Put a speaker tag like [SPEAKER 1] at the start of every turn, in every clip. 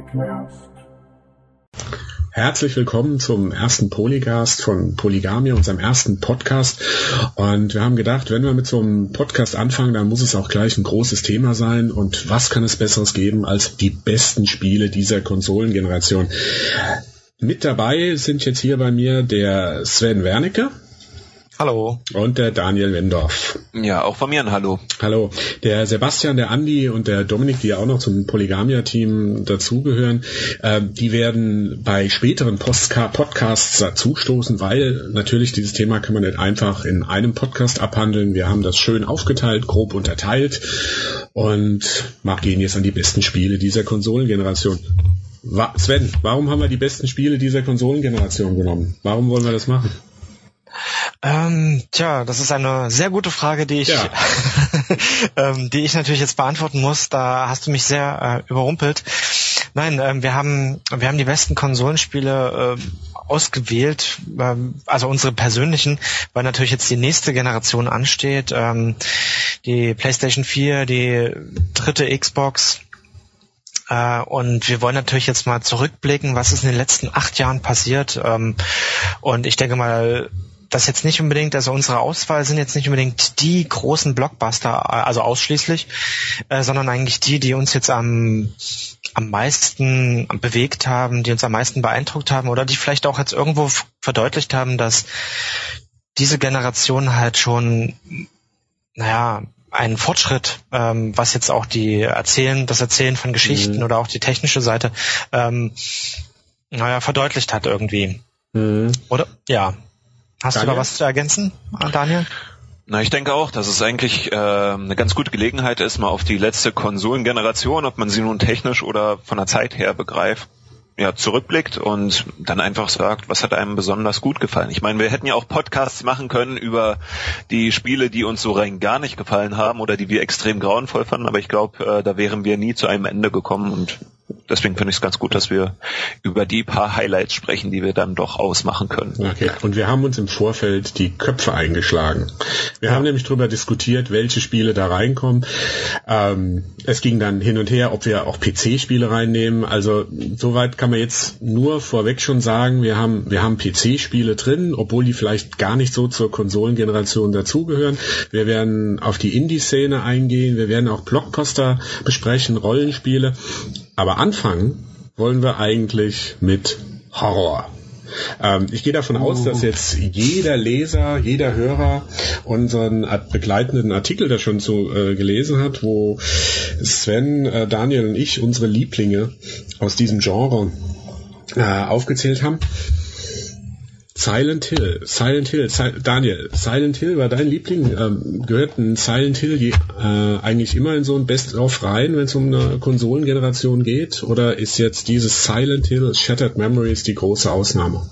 [SPEAKER 1] Polycast.
[SPEAKER 2] Herzlich willkommen zum ersten Polycast von Polygamia, unserem ersten Podcast. Und wir haben gedacht, wenn wir mit so einem Podcast anfangen, dann muss es auch gleich ein großes Thema sein. Und was kann es Besseres geben als die besten Spiele dieser Konsolengeneration? Mit dabei sind jetzt hier bei mir der Sven Wernicke.
[SPEAKER 3] Hallo.
[SPEAKER 2] Und der Daniel Wendorf.
[SPEAKER 3] Ja, auch von mir ein Hallo.
[SPEAKER 2] Hallo. Der Sebastian, der Andi und der Dominik, die ja auch noch zum Polygamia-Team dazugehören, die werden bei späteren Podcasts dazustoßen, weil natürlich dieses Thema kann man nicht einfach in einem Podcast abhandeln. Wir haben das schön aufgeteilt, grob unterteilt und gehen jetzt an die besten Spiele dieser Konsolengeneration. Sven, warum haben wir die besten Spiele dieser Konsolengeneration genommen? Warum wollen wir das machen?
[SPEAKER 3] Das ist eine sehr gute Frage, die ich natürlich jetzt beantworten muss. Da hast du mich sehr überrumpelt. Nein, wir haben die besten Konsolenspiele ausgewählt, also unsere persönlichen, weil natürlich jetzt die nächste Generation ansteht. Die PlayStation 4, die dritte Xbox. Und wir wollen natürlich jetzt mal zurückblicken, was ist in den letzten 8 Jahren passiert. Und ich denke mal, das jetzt nicht unbedingt, also unsere Auswahl sind jetzt nicht unbedingt die großen Blockbuster, also ausschließlich, sondern eigentlich die uns jetzt am meisten bewegt haben, die uns am meisten beeindruckt haben oder die vielleicht auch jetzt irgendwo verdeutlicht haben, dass diese Generation halt schon, einen Fortschritt, was jetzt auch das Erzählen von Geschichten oder auch die technische Seite, verdeutlicht hat irgendwie. Oder? Ja. Hast Daniel? Du da was zu ergänzen, Daniel?
[SPEAKER 4] Na, ich denke auch, dass es eigentlich eine ganz gute Gelegenheit ist, mal auf die letzte Konsolengeneration, ob man sie nun technisch oder von der Zeit her begreift, zurückblickt und dann einfach sagt, was hat einem besonders gut gefallen. Ich meine, wir hätten ja auch Podcasts machen können über die Spiele, die uns so rein gar nicht gefallen haben oder die wir extrem grauenvoll fanden, aber ich glaube, da wären wir nie zu einem Ende gekommen und deswegen finde ich es ganz gut, dass wir über die paar Highlights sprechen, die wir dann doch ausmachen können.
[SPEAKER 2] Okay, und wir haben uns im Vorfeld die Köpfe eingeschlagen. Wir haben nämlich darüber diskutiert, welche Spiele da reinkommen. Es ging dann hin und her, ob wir auch PC-Spiele reinnehmen. Also soweit kann man jetzt nur vorweg schon sagen, wir haben PC-Spiele drin, obwohl die vielleicht gar nicht so zur Konsolengeneration dazugehören. Wir werden auf die Indie-Szene eingehen, wir werden auch Blockbuster besprechen, Rollenspiele. Aber anfangen wollen wir eigentlich mit Horror. Ich gehe davon aus, dass jetzt jeder Leser, jeder Hörer unseren begleitenden Artikel da schon gelesen hat, wo Sven, Daniel und ich unsere Lieblinge aus diesem Genre aufgezählt haben. Silent Hill, Daniel, Silent Hill war dein Liebling. Gehört ein Silent Hill eigentlich immer in so ein Best-of rein, wenn es um eine Konsolengeneration geht? Oder ist jetzt dieses Silent Hill Shattered Memories die große Ausnahme?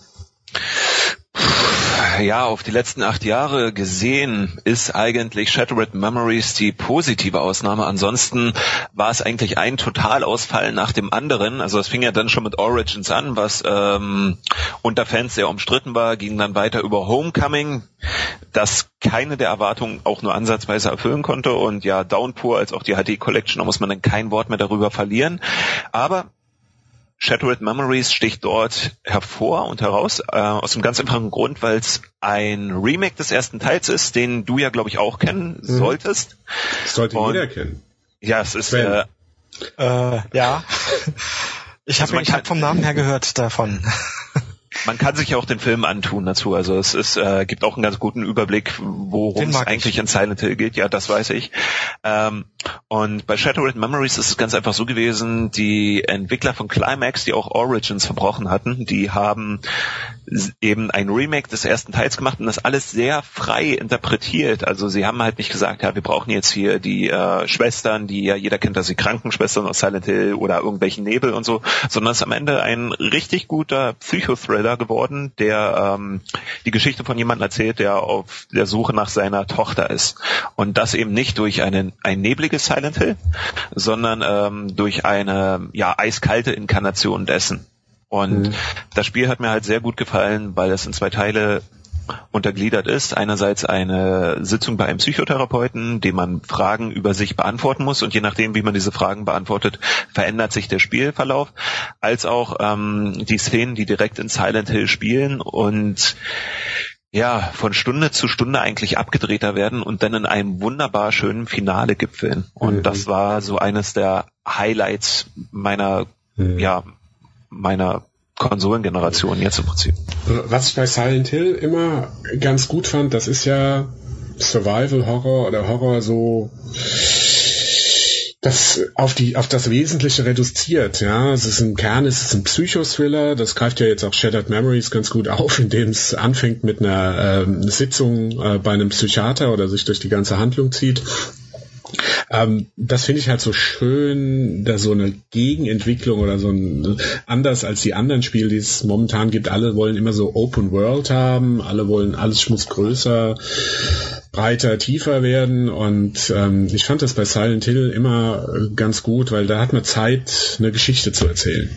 [SPEAKER 4] Ja, auf die letzten 8 Jahre gesehen ist eigentlich Shattered Memories die positive Ausnahme. Ansonsten war es eigentlich ein Totalausfall nach dem anderen. Also es fing ja dann schon mit Origins an, was unter Fans sehr umstritten war, ging dann weiter über Homecoming, das keine der Erwartungen auch nur ansatzweise erfüllen konnte. Und ja, Downpour als auch die HD Collection, da muss man dann kein Wort mehr darüber verlieren. Aber Shattered Memories sticht dort hervor und heraus, aus einem ganz einfachen Grund, weil es ein Remake des ersten Teils ist, den du ja, glaube ich, auch kennen solltest.
[SPEAKER 2] Das sollte jeder kennen.
[SPEAKER 4] Ja, es ist...
[SPEAKER 3] ja. Ich hab vom Namen her gehört davon.
[SPEAKER 4] Man kann sich ja auch den Film antun dazu. Also es ist gibt auch einen ganz guten Überblick, worum es eigentlich in Silent Hill geht. Ja, das weiß ich. Und bei Shattered Memories ist es ganz einfach so gewesen, die Entwickler von Climax, die auch Origins verbrochen hatten, die haben eben ein Remake des ersten Teils gemacht und das alles sehr frei interpretiert. Also sie haben halt nicht gesagt, ja, wir brauchen jetzt hier die Schwestern, die ja jeder kennt, also die Krankenschwestern aus Silent Hill oder irgendwelchen Nebel und so, sondern es ist am Ende ein richtig guter Psychothriller geworden, der die Geschichte von jemandem erzählt, der auf der Suche nach seiner Tochter ist. Und das eben nicht durch ein nebliges Silent Hill, sondern durch eine eiskalte Inkarnation dessen. Und das Spiel hat mir halt sehr gut gefallen, weil es in 2 Teile untergliedert ist. Einerseits eine Sitzung bei einem Psychotherapeuten, dem man Fragen über sich beantworten muss und je nachdem, wie man diese Fragen beantwortet, verändert sich der Spielverlauf, als auch die Szenen, die direkt in Silent Hill spielen und ja, von Stunde zu Stunde eigentlich abgedrehter werden und dann in einem wunderbar schönen Finale gipfeln. Und das war so eines der Highlights meiner Konsolengeneration jetzt im Prinzip.
[SPEAKER 2] Was ich bei Silent Hill immer ganz gut fand, das ist ja Survival-Horror oder Horror so das auf das Wesentliche reduziert, ja. Es ist im Kern, es ist ein Psychothriller, das greift ja jetzt auch Shattered Memories ganz gut auf, indem es anfängt mit einer Sitzung bei einem Psychiater oder sich durch die ganze Handlung zieht. Das finde ich halt so schön, da so eine Gegenentwicklung oder so ein, anders als die anderen Spiele, die es momentan gibt. Alle wollen immer so Open World haben, alle wollen, alles muss größer, breiter, tiefer werden und ich fand das bei Silent Hill immer ganz gut, weil da hat man Zeit, eine Geschichte zu erzählen.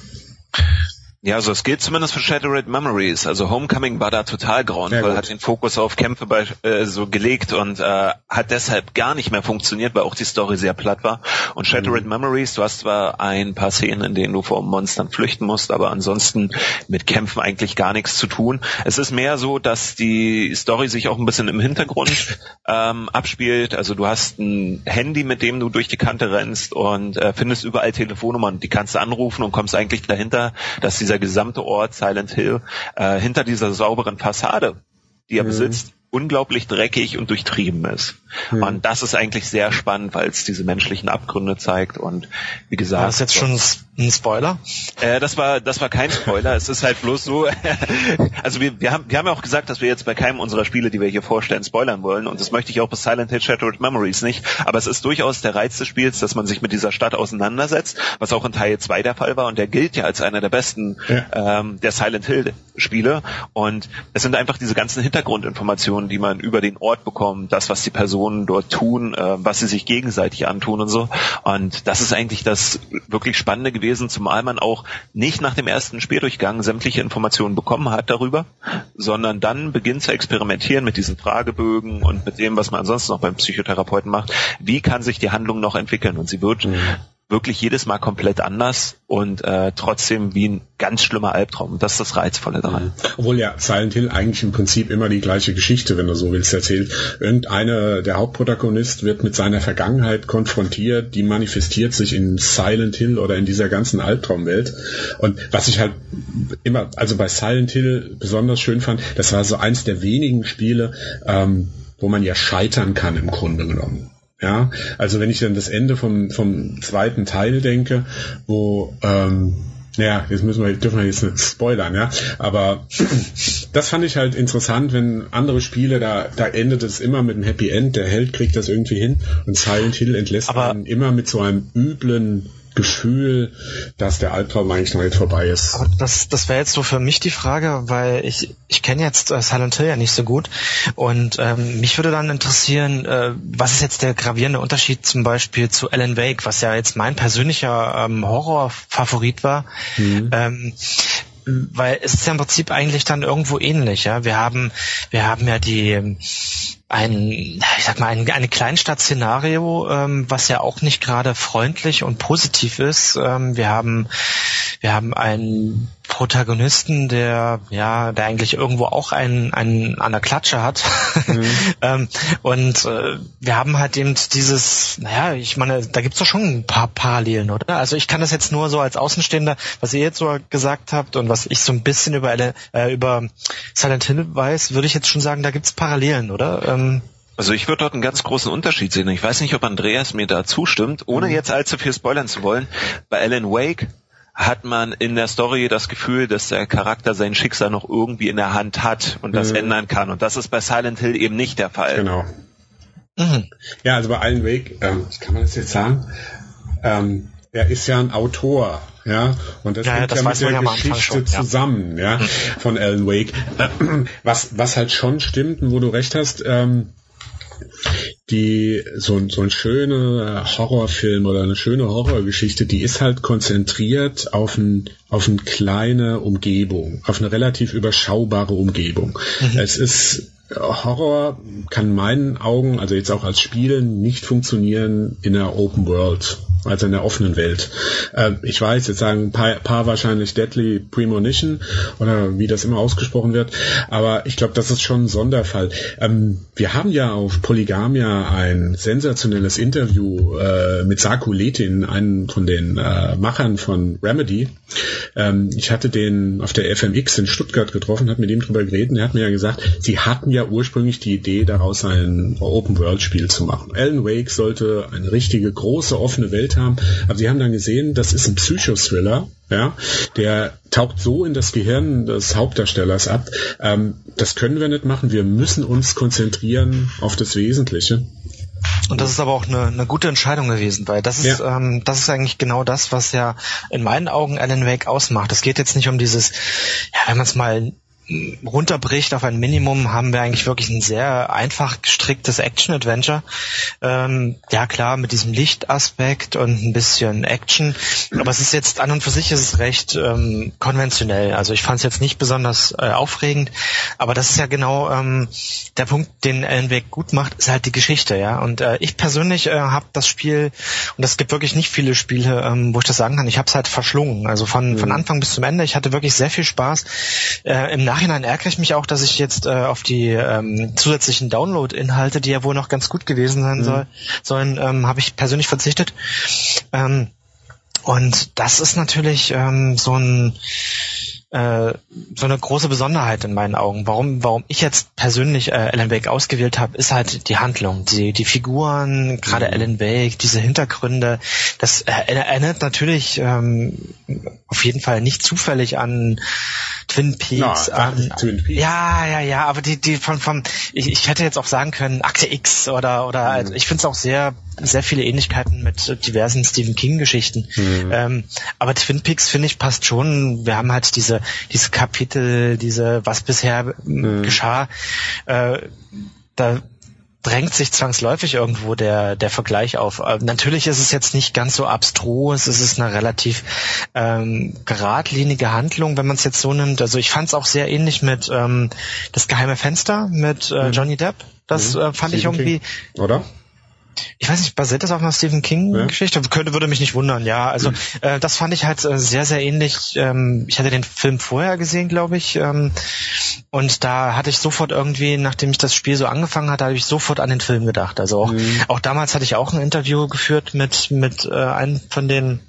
[SPEAKER 4] Ja, also es gilt zumindest für Shattered Memories. Also Homecoming war da total grauenvoll, hat den Fokus auf Kämpfe so gelegt und hat deshalb gar nicht mehr funktioniert, weil auch die Story sehr platt war. Und Shattered Memories, du hast zwar ein paar Szenen, in denen du vor Monstern flüchten musst, aber ansonsten mit Kämpfen eigentlich gar nichts zu tun. Es ist mehr so, dass die Story sich auch ein bisschen im Hintergrund abspielt. Also du hast ein Handy, mit dem du durch die Kante rennst und findest überall Telefonnummern. Die kannst du anrufen und kommst eigentlich dahinter, dass dieser gesamte Ort Silent Hill hinter dieser sauberen Fassade, die er besitzt, unglaublich dreckig und durchtrieben ist. Und das ist eigentlich sehr spannend, weil es diese menschlichen Abgründe zeigt und wie gesagt...
[SPEAKER 3] War das jetzt schon ein Spoiler?
[SPEAKER 4] Das war kein Spoiler, es ist halt bloß so, also wir haben ja auch gesagt, dass wir jetzt bei keinem unserer Spiele, die wir hier vorstellen, spoilern wollen und das möchte ich auch bei Silent Hill Shattered Memories nicht, aber es ist durchaus der Reiz des Spiels, dass man sich mit dieser Stadt auseinandersetzt, was auch in Teil 2 der Fall war und der gilt ja als einer der besten der Silent Hill Spiele und es sind einfach diese ganzen Hintergrundinformationen, die man über den Ort bekommt, das, was die Personen dort tun, was sie sich gegenseitig antun und so. Und das ist eigentlich das wirklich Spannende gewesen, zumal man auch nicht nach dem ersten Spieldurchgang sämtliche Informationen bekommen hat darüber, sondern dann beginnt zu experimentieren mit diesen Fragebögen und mit dem, was man ansonsten noch beim Psychotherapeuten macht. Wie kann sich die Handlung noch entwickeln? Und sie wird wirklich jedes Mal komplett anders und trotzdem wie ein ganz schlimmer Albtraum. Und das ist das Reizvolle daran.
[SPEAKER 2] Obwohl ja Silent Hill eigentlich im Prinzip immer die gleiche Geschichte, wenn du so willst, erzählt. Der Hauptprotagonist wird mit seiner Vergangenheit konfrontiert, die manifestiert sich in Silent Hill oder in dieser ganzen Albtraumwelt. Und was ich halt immer, also bei Silent Hill besonders schön fand, das war so eins der wenigen Spiele, wo man ja scheitern kann im Grunde genommen. Ja, also wenn ich dann das Ende vom zweiten Teil denke, wo dürfen wir jetzt nicht spoilern, ja, aber das fand ich halt interessant, wenn andere Spiele, da endet es immer mit einem Happy End, der Held kriegt das irgendwie hin und Silent Hill entlässt einen immer mit so einem üblen Gefühl, dass der Albtraum eigentlich noch nicht vorbei ist.
[SPEAKER 3] Aber das wäre jetzt so für mich die Frage, weil ich kenne jetzt Silent Hill ja nicht so gut und mich würde dann interessieren, was ist jetzt der gravierende Unterschied zum Beispiel zu Alan Wake, was ja jetzt mein persönlicher Horror-Favorit war, weil es ist ja im Prinzip eigentlich dann irgendwo ähnlich, ja. Wir haben ja eine Kleinstadt-Szenario, was ja auch nicht gerade freundlich und positiv ist. Wir haben einen Protagonisten, der eigentlich irgendwo auch einen an der Klatsche hat. Und wir haben halt eben dieses, ich meine, da gibt's doch schon ein paar Parallelen, oder? Also ich kann das jetzt nur so als Außenstehender, was ihr jetzt so gesagt habt und was ich so ein bisschen über Silent Hill weiß, würde ich jetzt schon sagen, da gibt's Parallelen, oder?
[SPEAKER 4] Also ich würde dort einen ganz großen Unterschied sehen. Ich weiß nicht, ob Andreas mir da zustimmt, ohne jetzt allzu viel spoilern zu wollen. Bei Alan Wake hat man in der Story das Gefühl, dass der Charakter sein Schicksal noch irgendwie in der Hand hat und das ändern kann. Und das ist bei Silent Hill eben nicht der Fall.
[SPEAKER 2] Genau. Ja, also bei Alan Wake, kann man das jetzt sagen? Er ist ja ein Autor, ja, und das hängt ja mit der Geschichte zusammen, von Alan Wake. Was halt schon stimmt und wo du recht hast, so ein schöner Horrorfilm oder eine schöne Horrorgeschichte, die ist halt konzentriert auf eine kleine Umgebung, auf eine relativ überschaubare Umgebung. Es ist Horror kann in meinen Augen, also jetzt auch als Spiel, nicht funktionieren in einer Open World, also in der offenen Welt. Ich weiß, jetzt sagen ein paar wahrscheinlich Deadly Premonition oder wie das immer ausgesprochen wird, aber ich glaube, das ist schon ein Sonderfall. Wir haben ja auf Polygamia ein sensationelles Interview mit Saku Letin, einen von den Machern von Remedy. Ich hatte den auf der FMX in Stuttgart getroffen, habe mit ihm drüber geredet und er hat mir ja gesagt, sie hatten ja ursprünglich die Idee, daraus ein Open-World-Spiel zu machen. Alan Wake sollte eine richtige, große, offene Welt haben, aber sie haben dann gesehen, das ist ein Psychothriller, ja, der taucht so in das Gehirn des Hauptdarstellers ab. Das können wir nicht machen, wir müssen uns konzentrieren auf das Wesentliche.
[SPEAKER 3] Und das ist aber auch eine gute Entscheidung gewesen, weil das ist eigentlich genau das, was ja in meinen Augen Alan Wake ausmacht. Es geht jetzt nicht um dieses, ja, wenn man es mal runterbricht auf ein Minimum, haben wir eigentlich wirklich ein sehr einfach gestricktes Action-Adventure. Ja klar, mit diesem Lichtaspekt und ein bisschen Action, aber es ist jetzt an und für sich ist es recht konventionell. Also ich fand es jetzt nicht besonders aufregend, aber das ist ja genau der Punkt, den Alan Wake gut macht, ist halt die Geschichte, ja. Und ich persönlich habe das Spiel, und es gibt wirklich nicht viele Spiele, wo ich das sagen kann, ich habe es halt verschlungen. Also von Anfang bis zum Ende. Ich hatte wirklich sehr viel Spaß. Im Nachhinein ärgere ich mich auch, dass ich jetzt auf die zusätzlichen Download-Inhalte, die ja wohl noch ganz gut gewesen sein sollen, habe ich persönlich verzichtet. Und das ist natürlich so eine große Besonderheit in meinen Augen. Warum ich jetzt persönlich Alan Wake ausgewählt habe, ist halt die Handlung, die Figuren, gerade Alan Wake, diese Hintergründe. Das erinnert natürlich auf jeden Fall nicht zufällig an Twin Peaks.
[SPEAKER 2] Twin Peaks.
[SPEAKER 3] Ja, aber die ich hätte jetzt auch sagen können Akte X oder ich finde es auch sehr viele Ähnlichkeiten mit diversen Stephen King Geschichten. Aber Twin Peaks, finde ich, passt schon. Wir haben halt diese Kapitel, was bisher geschah, da drängt sich zwangsläufig irgendwo der Vergleich auf. Natürlich ist es jetzt nicht ganz so abstrus, es ist eine relativ geradlinige Handlung, wenn man es jetzt so nimmt. Also ich fand es auch sehr ähnlich mit Das geheime Fenster mit Johnny Depp. Das fand
[SPEAKER 2] Stephen
[SPEAKER 3] ich irgendwie...
[SPEAKER 2] King, oder?
[SPEAKER 3] Ich weiß nicht, basiert das auf einer Stephen King-Geschichte? Würde mich nicht wundern, ja. Also das fand ich halt sehr, sehr ähnlich. Ich hatte den Film vorher gesehen, glaube ich. Und da hatte ich sofort irgendwie, nachdem ich das Spiel so angefangen hatte, habe ich sofort an den Film gedacht. Also auch damals hatte ich auch ein Interview geführt mit einem von den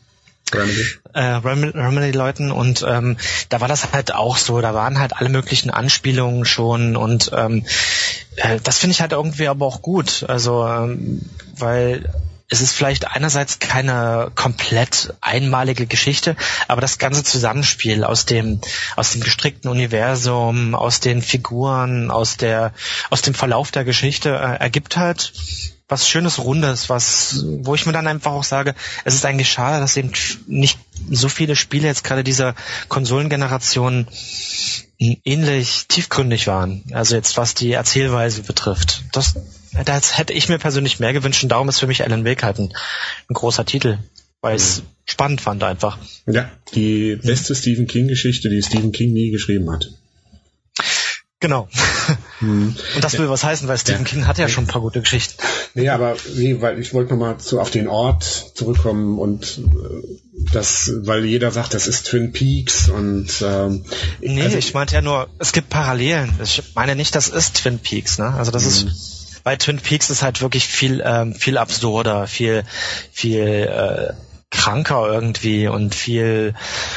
[SPEAKER 3] Remedy-Leuten und da war das halt auch so, da waren halt alle möglichen Anspielungen schon und das finde ich halt irgendwie aber auch gut, also weil es ist vielleicht einerseits keine komplett einmalige Geschichte, aber das ganze Zusammenspiel aus dem gestrickten Universum, aus den Figuren, aus dem Verlauf der Geschichte ergibt halt was Schönes, Rundes, wo ich mir dann einfach auch sage, es ist eigentlich schade, dass eben nicht so viele Spiele jetzt gerade dieser Konsolengeneration ähnlich tiefgründig waren. Also jetzt was die Erzählweise betrifft. Das hätte ich mir persönlich mehr gewünscht und darum ist für mich Alan Wake halt ein großer Titel, weil ich es spannend fand einfach. Ja,
[SPEAKER 2] die beste Stephen King-Geschichte, die Stephen King nie geschrieben hat.
[SPEAKER 3] Genau. Und das will was heißen, weil Stephen King hat ja schon ein paar gute Geschichten.
[SPEAKER 2] Nee, aber weil ich wollte nochmal auf den Ort zurückkommen und weil jeder sagt, das ist Twin Peaks und
[SPEAKER 3] ich meinte ja nur, es gibt Parallelen. Ich meine nicht, das ist Twin Peaks, ne? Also das ist, bei Twin Peaks ist halt wirklich viel absurder, viel kranker irgendwie und viel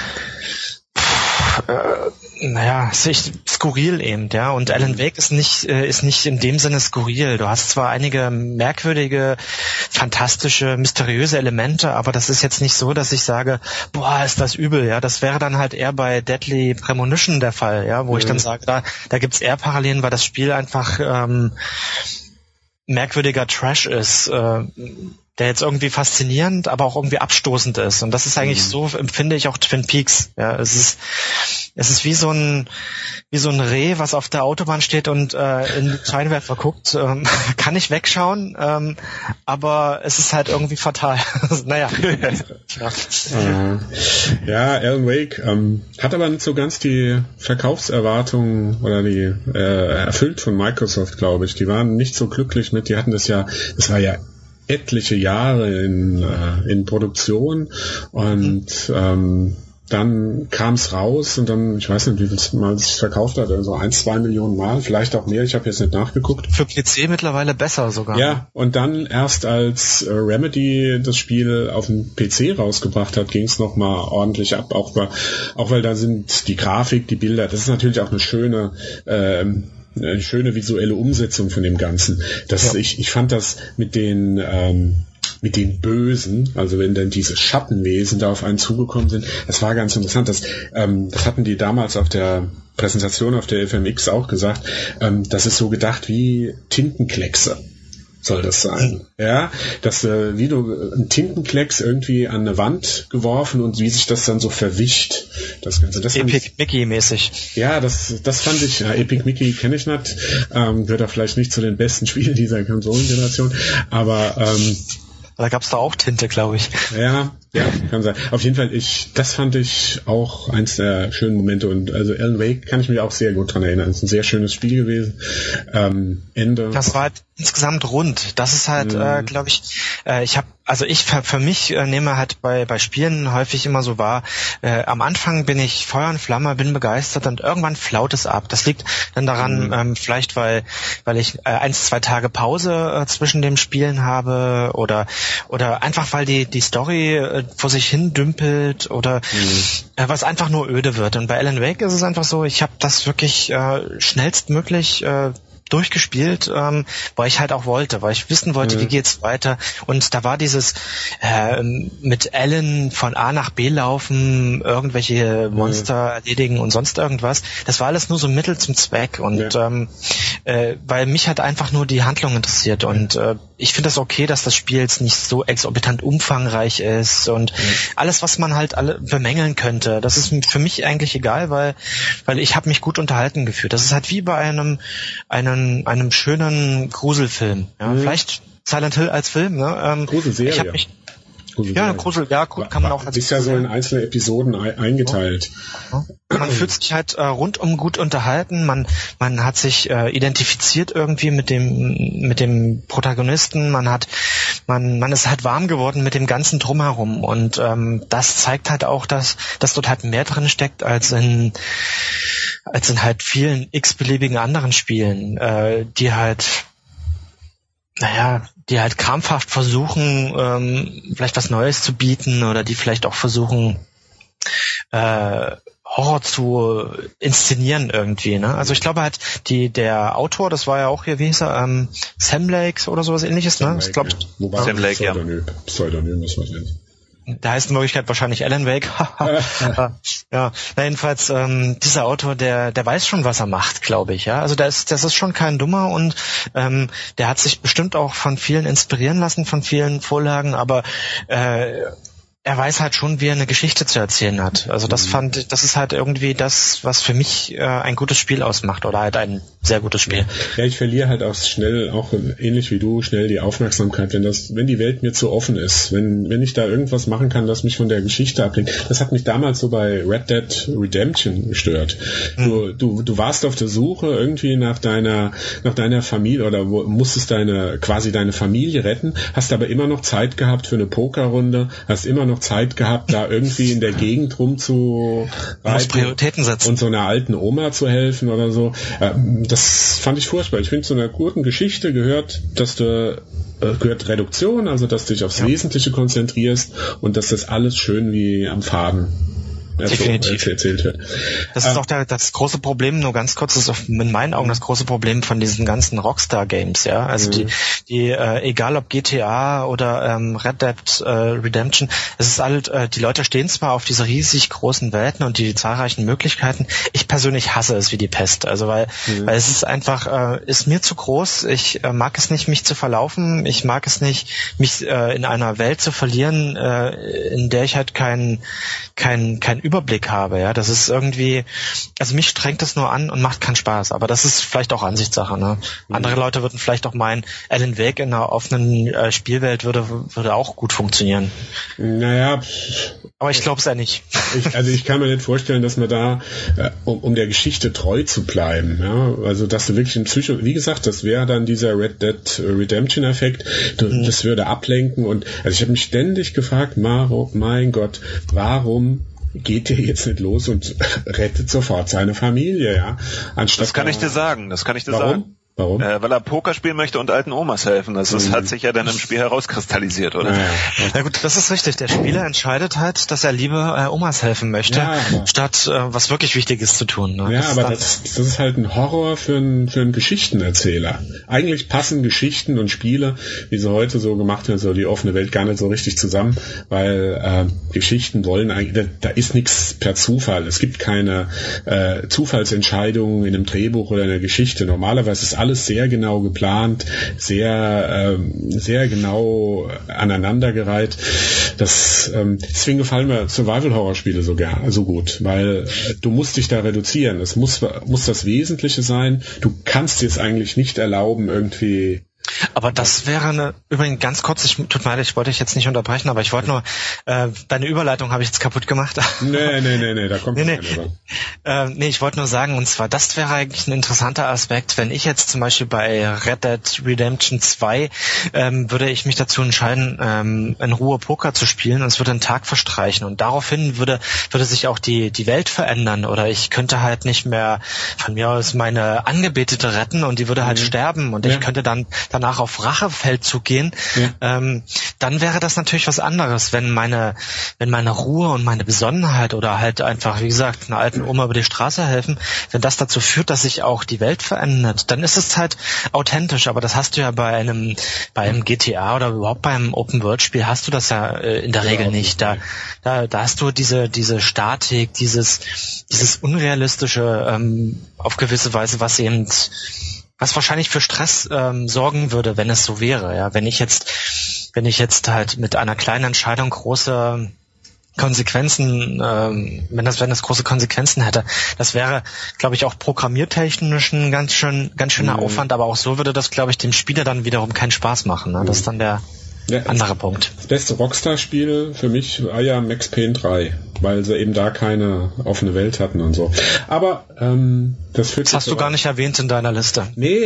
[SPEAKER 3] skurril eben, ja. Und Alan Wake ist nicht in dem Sinne skurril. Du hast zwar einige merkwürdige, fantastische, mysteriöse Elemente, aber das ist jetzt nicht so, dass ich sage, boah, ist das übel, ja. Das wäre dann halt eher bei Deadly Premonition der Fall, ja, wo ich dann sage, da gibt's eher Parallelen, weil das Spiel einfach merkwürdiger Trash ist, der jetzt irgendwie faszinierend, aber auch irgendwie abstoßend ist. Und das ist eigentlich so, empfinde ich auch Twin Peaks. Ja, es ist wie so ein Reh, was auf der Autobahn steht und in den Scheinwerfer guckt. Kann ich wegschauen, aber es ist halt irgendwie fatal. Naja.
[SPEAKER 2] Ja, Alan Wake hat aber nicht so ganz die Verkaufserwartungen oder die erfüllt von Microsoft, glaube ich. Die waren nicht so glücklich mit, die hatten das war ja etliche Jahre in Produktion und dann kam es raus und dann, ich weiß nicht, wie viel Mal es sich verkauft hat, also 1-2 Millionen Mal, vielleicht auch mehr, ich habe jetzt nicht nachgeguckt.
[SPEAKER 3] Für PC mittlerweile besser sogar.
[SPEAKER 2] Ja, und dann erst als Remedy das Spiel auf dem PC rausgebracht hat, ging es nochmal ordentlich ab, auch weil da sind die Grafik, die Bilder, das ist natürlich auch eine schöne visuelle Umsetzung von dem Ganzen. Ich fand das mit den Bösen, also wenn dann diese Schattenwesen da auf einen zugekommen sind, das war ganz interessant. Das hatten die damals auf der Präsentation auf der FMX auch gesagt, das ist so gedacht wie Tintenkleckse. Soll das sein. Ja, dass wie du ein Tintenklecks irgendwie an eine Wand geworfen und wie sich das dann so verwischt. Das Ganze. Das
[SPEAKER 3] Epic Mickey mäßig.
[SPEAKER 2] Ja, das fand ich, Epic Mickey kenne ich nicht, gehört auch vielleicht nicht zu den besten Spielen dieser Konsolengeneration, aber
[SPEAKER 3] da gab's da auch Tinte, glaube ich.
[SPEAKER 2] Ja, kann sein. Auf jeden Fall, das fand ich auch eins der schönen Momente und also Alan Wake kann ich mich auch sehr gut dran erinnern. Es ist ein sehr schönes Spiel gewesen. Ende.
[SPEAKER 3] Das war halt insgesamt rund. Das ist halt, glaube ich, für mich nehme halt bei Spielen häufig immer so wahr, am Anfang bin ich Feuer und Flamme, bin begeistert und irgendwann flaut es ab. Das liegt dann daran, vielleicht weil ich 1-2 Tage Pause zwischen dem Spielen habe oder einfach weil die Story vor sich hin dümpelt oder was einfach nur öde wird. Und bei Alan Wake ist es einfach so, ich habe das wirklich schnellstmöglich durchgespielt, weil ich halt auch wollte, weil ich wissen wollte, wie geht's weiter. Und da war dieses mit Alan von A nach B laufen, irgendwelche Monster erledigen und sonst irgendwas. Das war alles nur so Mittel zum Zweck. Und weil mich halt einfach nur die Handlung interessiert. Und ich finde das okay, dass das Spiel jetzt nicht so exorbitant umfangreich ist und alles, was man halt alle bemängeln könnte, das ist für mich eigentlich egal, weil ich habe mich gut unterhalten gefühlt. Das ist halt wie bei einem schönen Gruselfilm. Ja? Vielleicht Silent Hill als Film. Ne?
[SPEAKER 2] Gruselserie.
[SPEAKER 3] Kann man auch als
[SPEAKER 2] ist ja so in einzelne Episoden eingeteilt.
[SPEAKER 3] Man fühlt sich halt rundum gut unterhalten, man hat sich identifiziert irgendwie mit dem Protagonisten, man ist halt warm geworden mit dem ganzen Drumherum und das zeigt halt auch, dass dort halt mehr drin steckt als in halt vielen x-beliebigen anderen Spielen, die halt krampfhaft versuchen, vielleicht was Neues zu bieten oder die vielleicht auch versuchen, Horror zu inszenieren irgendwie, ne? Also ich glaube halt, der Autor, das war ja auch hier, wie hieß er, Sam Lake oder sowas ähnliches, ne?
[SPEAKER 2] Ich glaube, Sam Lake, Pseudonym ist wahrscheinlich.
[SPEAKER 3] Da heißt in Wirklichkeit wahrscheinlich Alan Wake. Ja, jedenfalls dieser Autor, der weiß schon, was er macht, glaube ich. Ja, also das ist schon kein Dummer und der hat sich bestimmt auch von vielen inspirieren lassen, von vielen Vorlagen, aber er weiß halt schon, wie er eine Geschichte zu erzählen hat. Also das ist halt irgendwie das, was für mich ein gutes Spiel ausmacht oder halt ein sehr gutes Spiel.
[SPEAKER 2] Ja, ich verliere halt auch schnell, auch ähnlich wie du, schnell die Aufmerksamkeit, wenn die Welt mir zu offen ist, wenn ich da irgendwas machen kann, das mich von der Geschichte ablenkt. Das hat mich damals so bei Red Dead Redemption gestört. Du warst auf der Suche irgendwie nach deiner Familie oder musstest deine Familie retten, hast aber immer noch Zeit gehabt für eine Pokerrunde, hast immer noch Zeit gehabt, da irgendwie in der Gegend rumzureiten
[SPEAKER 3] Prioritäten setzen
[SPEAKER 2] und so einer alten Oma zu helfen oder so. Das fand ich furchtbar. Ich finde, zu einer guten Geschichte gehört Reduktion, also dass du dich aufs Wesentliche konzentrierst und dass das alles schön wie am Faden erzählt wird.
[SPEAKER 3] Das ist doch das große Problem, nur ganz kurz, das ist in meinen Augen das große Problem von diesen ganzen Rockstar-Games, ja. Also die egal ob GTA oder Red Dead Redemption, es ist halt, die Leute stehen zwar auf diese riesig großen Welten und die zahlreichen Möglichkeiten. Ich persönlich hasse es wie die Pest, also weil es ist einfach, ist mir zu groß. Ich mag es nicht, mich zu verlaufen. Ich mag es nicht, mich in einer Welt zu verlieren, in der ich halt keinen Überblick habe, ja. Das ist irgendwie, also mich strengt das nur an und macht keinen Spaß, aber das ist vielleicht auch Ansichtssache, ne? Andere Leute würden vielleicht auch meinen, Alan Wake in einer offenen Spielwelt würde auch gut funktionieren.
[SPEAKER 2] Naja.
[SPEAKER 3] Aber ich glaube es ja nicht.
[SPEAKER 2] Ich kann mir nicht vorstellen, dass man da, um der Geschichte treu zu bleiben, ja, also dass du wirklich wie gesagt, das wäre dann dieser Red Dead Redemption Effekt, das würde ablenken und, also ich habe mich ständig gefragt, mein Gott, warum geht der jetzt nicht los und rettet sofort seine Familie, ja? Anstatt
[SPEAKER 4] das kann ich dir sagen.
[SPEAKER 2] Warum?
[SPEAKER 4] Weil er Poker spielen möchte und alten Omas helfen. Das hat sich ja dann im Spiel herauskristallisiert, oder?
[SPEAKER 3] Na gut, das ist richtig. Der Spieler entscheidet halt, dass er lieber Omas helfen möchte, statt was wirklich Wichtiges zu tun. Ne?
[SPEAKER 2] Ja, aber das ist halt ein Horror für einen Geschichtenerzähler. Eigentlich passen Geschichten und Spiele, wie sie heute so gemacht werden, so die offene Welt gar nicht so richtig zusammen, weil Geschichten wollen eigentlich, da ist nichts per Zufall. Es gibt keine Zufallsentscheidungen in einem Drehbuch oder in der Geschichte. Normalerweise ist alles sehr genau geplant, sehr genau aneinandergereiht. Deswegen gefallen mir Survival-Horror-Spiele so gut, weil du musst dich da reduzieren. Es muss das Wesentliche sein. Du kannst dir es eigentlich nicht erlauben, irgendwie.
[SPEAKER 3] Aber das wäre übrigens ganz kurz, tut mir leid, ich wollte dich jetzt nicht unterbrechen, aber ich wollte nur, deine Überleitung habe ich jetzt kaputt gemacht.
[SPEAKER 2] Nee, da kommt keine.
[SPEAKER 3] Ich wollte nur sagen, und zwar, das wäre eigentlich ein interessanter Aspekt, wenn ich jetzt zum Beispiel bei Red Dead Redemption 2 würde ich mich dazu entscheiden, in Ruhe Poker zu spielen und es würde ein Tag verstreichen und daraufhin würde sich auch die Welt verändern oder ich könnte halt nicht mehr von mir aus meine Angebetete retten und die würde halt sterben und ich könnte dann danach auf Rachefeldzug gehen, dann wäre das natürlich was anderes, wenn meine Ruhe und meine Besonnenheit oder halt einfach, wie gesagt, einer alten Oma über die Straße helfen, wenn das dazu führt, dass sich auch die Welt verändert, dann ist es halt authentisch, aber das hast du ja bei einem GTA oder überhaupt beim Open-World-Spiel hast du das ja in der Regel nicht. Da hast du diese Statik, dieses Unrealistische auf gewisse Weise, was wahrscheinlich für Stress sorgen würde, wenn es so wäre. Ja, wenn ich jetzt halt mit einer kleinen Entscheidung große Konsequenzen, wenn das große Konsequenzen hätte, das wäre, glaube ich, auch programmiertechnisch ein ganz schöner Aufwand, aber auch so würde das, glaube ich, dem Spieler dann wiederum keinen Spaß machen. Ne? Das ist dann der andere Punkt.
[SPEAKER 2] Das beste Rockstar-Spiel für mich war ja Max Payne 3, weil sie eben da keine offene Welt hatten und so. Aber das
[SPEAKER 3] hast du gar nicht erwähnt in deiner Liste.
[SPEAKER 2] Nee,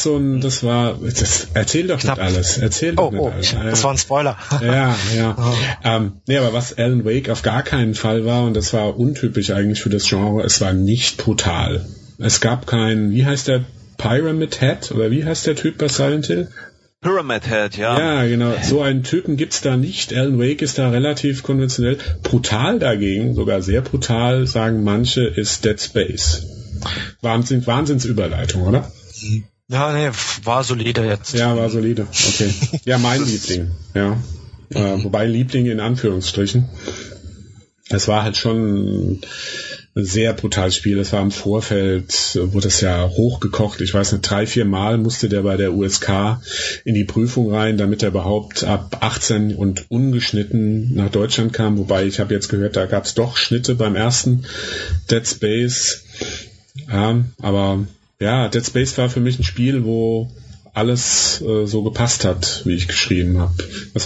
[SPEAKER 2] erzähl doch nicht alles.
[SPEAKER 3] Das war ein Spoiler.
[SPEAKER 2] Ja. Aber was Alan Wake auf gar keinen Fall war, und das war untypisch eigentlich für das Genre, es war nicht brutal. Es gab wie heißt der, Pyramid Head, oder wie heißt der Typ bei Silent Hill?
[SPEAKER 4] Pyramid Head, ja.
[SPEAKER 2] Ja, genau. So einen Typen gibt's da nicht. Alan Wake ist da relativ konventionell. Brutal dagegen, sogar sehr brutal, sagen manche, ist Dead Space. Wahnsinnsüberleitung, oder?
[SPEAKER 3] Ja, nee, war solide jetzt.
[SPEAKER 2] Ja, war solide. Okay. Ja, mein Liebling. Ja. Wobei Liebling in Anführungsstrichen. Es war halt schon ein sehr brutales Spiel. Das war im Vorfeld, wurde das ja hochgekocht. Ich weiß nicht, 3-4 Mal musste der bei der USK in die Prüfung rein, damit er überhaupt ab 18 und ungeschnitten nach Deutschland kam. Wobei, ich habe jetzt gehört, da gab es doch Schnitte beim ersten Dead Space. Aber ja, Dead Space war für mich ein Spiel, wo alles so gepasst hat, wie ich geschrieben habe.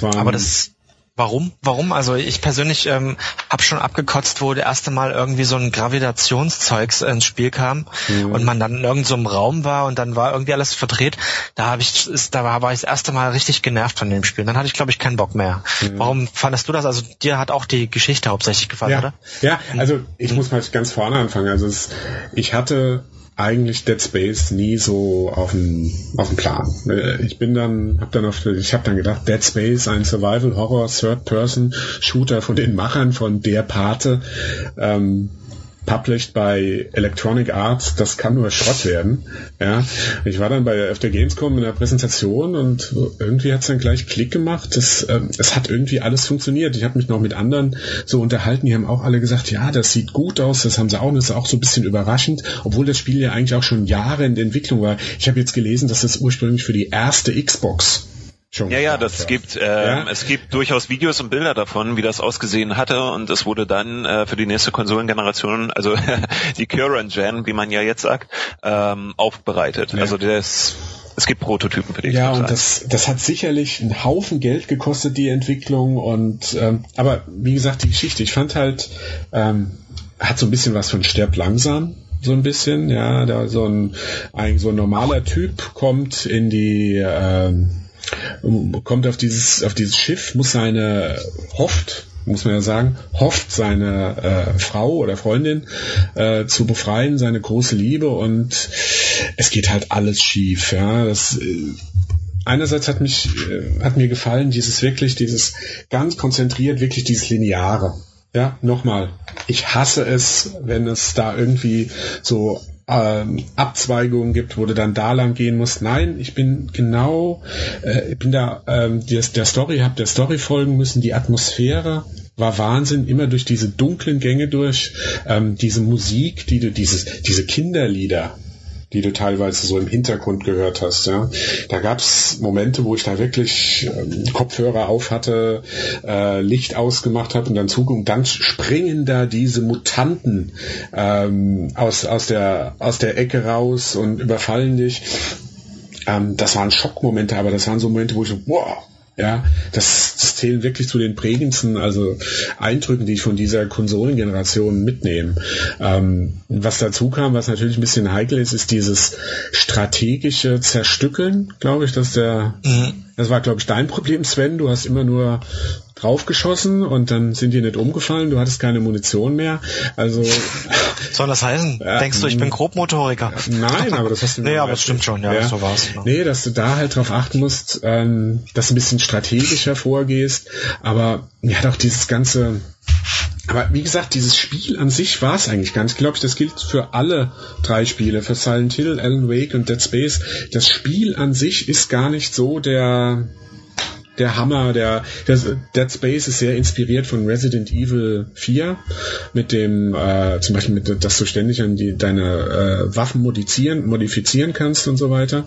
[SPEAKER 3] Warum? Also ich persönlich habe schon abgekotzt, wo das erste Mal irgendwie so ein Gravitationszeugs ins Spiel kam und man dann in irgend so einem Raum war und dann war irgendwie alles verdreht. Da war ich das erste Mal richtig genervt von dem Spiel. Dann hatte ich, glaube ich, keinen Bock mehr. Warum fandest du das? Also dir hat auch die Geschichte hauptsächlich gefallen, oder?
[SPEAKER 2] Ja, also ich muss mal ganz vorne anfangen. Also ich hatte eigentlich Dead Space nie so auf dem Plan. Ich habe dann gedacht, Dead Space, ein Survival Horror Third Person Shooter von den Machern von Der Pate, published bei Electronic Arts, das kann nur Schrott werden. Ja, ich war dann auf der Gamescom in der Präsentation und irgendwie hat es dann gleich Klick gemacht. Es hat irgendwie alles funktioniert. Ich habe mich noch mit anderen so unterhalten, die haben auch alle gesagt, ja, das sieht gut aus, das haben sie auch, das ist auch so ein bisschen überraschend, obwohl das Spiel ja eigentlich auch schon Jahre in der Entwicklung war. Ich habe jetzt gelesen, dass das ursprünglich für die erste Xbox
[SPEAKER 4] es gibt durchaus Videos und Bilder davon, wie das ausgesehen hatte, und es wurde dann für die nächste Konsolengeneration, also die Current Gen, wie man ja jetzt sagt, aufbereitet. Ja. Also es gibt Prototypen für die Xbox.
[SPEAKER 2] Ja, und das hat sicherlich einen Haufen Geld gekostet, die Entwicklung, und aber wie gesagt, die Geschichte, ich fand halt, hat so ein bisschen was von Stirb langsam. So ein bisschen, ja, da so ein normaler Typ kommt in die kommt auf dieses Schiff, hofft seine Frau oder Freundin zu befreien, seine große Liebe, und es geht halt alles schief. Ja, einerseits hat mir gefallen, dieses ganz konzentriert, wirklich dieses Lineare. Ja, nochmal, ich hasse es, wenn es da irgendwie so Abzweigungen gibt, wo du dann da lang gehen musst. Nein, ich bin der Story folgen müssen. Die Atmosphäre war Wahnsinn, immer durch diese dunklen Gänge durch, diese Musik, diese Kinderlieder, die du teilweise so im Hintergrund gehört hast. Ja. Da gab's Momente, wo ich da wirklich Kopfhörer auf hatte, Licht ausgemacht habe und dann springen da diese Mutanten aus der Ecke raus und überfallen dich. Das waren Schockmomente, aber das waren so Momente, wo ich so, wow, ja, das zählen wirklich zu den prägendsten, also Eindrücken, die ich von dieser Konsolengeneration mitnehme. Was dazu kam, was natürlich ein bisschen heikel ist dieses strategische Zerstückeln, glaube ich, das war, glaube ich, dein Problem, Sven. Du hast immer nur draufgeschossen und dann sind die nicht umgefallen, du hattest keine Munition mehr. Also
[SPEAKER 3] soll das heißen? Denkst du, ich bin Grobmotoriker?
[SPEAKER 2] Nein, aber das hast du
[SPEAKER 3] nee, aber das stimmt schon, ja. So war's. Ja.
[SPEAKER 2] Nee, dass du da halt drauf achten musst, dass du ein bisschen strategischer vorgehst, aber mir hat auch dieses ganze, aber wie gesagt, dieses Spiel an sich war es eigentlich gar nicht. Ich glaube, das gilt für alle 3 Spiele, für Silent Hill, Alan Wake und Dead Space. Das Spiel an sich ist gar nicht so der Hammer. Dead Space ist sehr inspiriert von Resident Evil 4 mit dem zum Beispiel dass du ständig deine Waffen modifizieren kannst und so weiter.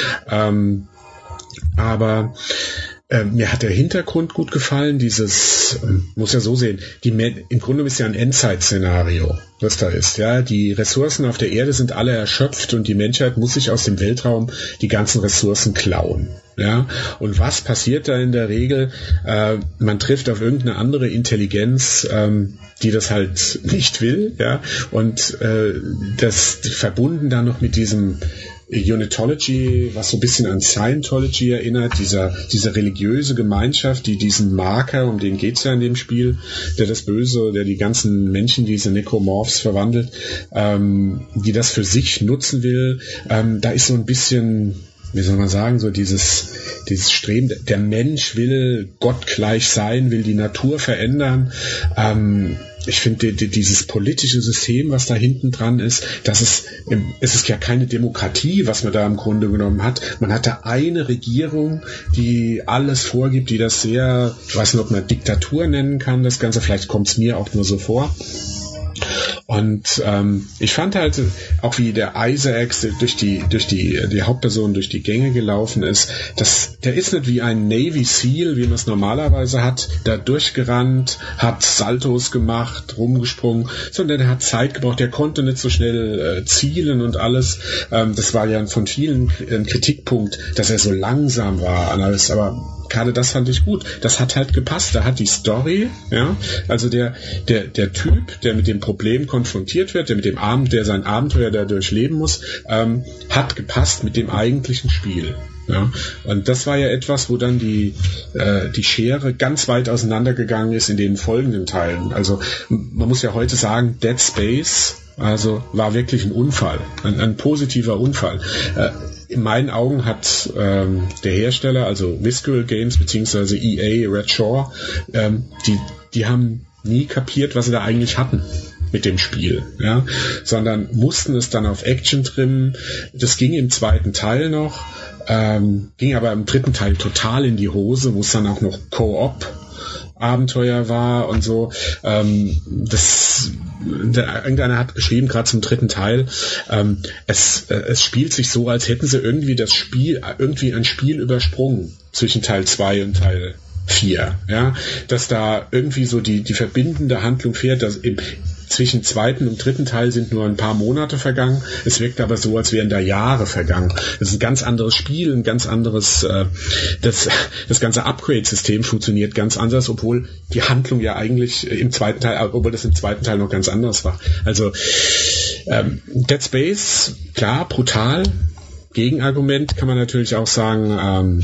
[SPEAKER 2] Aber mir hat der Hintergrund gut gefallen, muss ja so sehen, im Grunde ist ja ein Endzeit-Szenario, was da ist, ja, die Ressourcen auf der Erde sind alle erschöpft und die Menschheit muss sich aus dem Weltraum die ganzen Ressourcen klauen, ja, und was passiert da in der Regel? Man trifft auf irgendeine andere Intelligenz, die das halt nicht will, ja, und das verbunden dann noch mit diesem Unitology, was so ein bisschen an Scientology erinnert, diese religiöse Gemeinschaft, die diesen Marker, um den geht's ja in dem Spiel, der das Böse, der die ganzen Menschen, diese Necromorphs verwandelt, die das für sich nutzen will, da ist so ein bisschen, wie soll man sagen, so dieses Streben, der Mensch will gottgleich sein, will die Natur verändern. Ich finde, dieses politische System, was da hinten dran ist, es ist ja keine Demokratie, was man da im Grunde genommen hat. Man hat da eine Regierung, die alles vorgibt, die das sehr, ich weiß nicht, ob man Diktatur nennen kann, das Ganze, vielleicht kommt es mir auch nur so vor. Und ich fand halt auch, wie der Isaac durch die Hauptperson durch die Gänge gelaufen ist, der ist nicht wie ein Navy Seal, wie man es normalerweise hat, da durchgerannt, hat Saltos gemacht, rumgesprungen, sondern der hat Zeit gebraucht, der konnte nicht so schnell zielen und alles. Das war ja von vielen ein Kritikpunkt, dass er so langsam war an alles, aber gerade das fand ich gut. Das hat halt gepasst. Da hat die Story, ja, also der Typ, der mit dem Problem konfrontiert wird, der sein Abenteuer da durchleben muss, hat gepasst mit dem eigentlichen Spiel. Ja. Und das war ja etwas, wo dann die Schere ganz weit auseinandergegangen ist in den folgenden Teilen. Also man muss ja heute sagen, Dead Space Also war wirklich ein Unfall, ein positiver Unfall. In meinen Augen hat der Hersteller, also Visceral Games bzw. EA, Red Shore, die haben nie kapiert, was sie da eigentlich hatten mit dem Spiel, ja, sondern mussten es dann auf Action trimmen. Das ging im zweiten Teil noch, ging aber im dritten Teil total in die Hose, wo es dann auch noch Co-op Abenteuer war und so. Irgendeiner hat geschrieben, gerade zum dritten Teil, es spielt sich so, als hätten sie irgendwie ein Spiel übersprungen zwischen Teil 2 und Teil 4, ja, dass da irgendwie so die verbindende Handlung fährt, dass zwischen zweiten und dritten Teil sind nur ein paar Monate vergangen. Es wirkt aber so, als wären da Jahre vergangen. Das ist ein ganz anderes Spiel, ein ganz anderes, das ganze Upgrade-System funktioniert ganz anders, obwohl die Handlung ja eigentlich im zweiten Teil noch ganz anders war. Also Dead Space, klar, brutal. Gegenargument kann man natürlich auch sagen,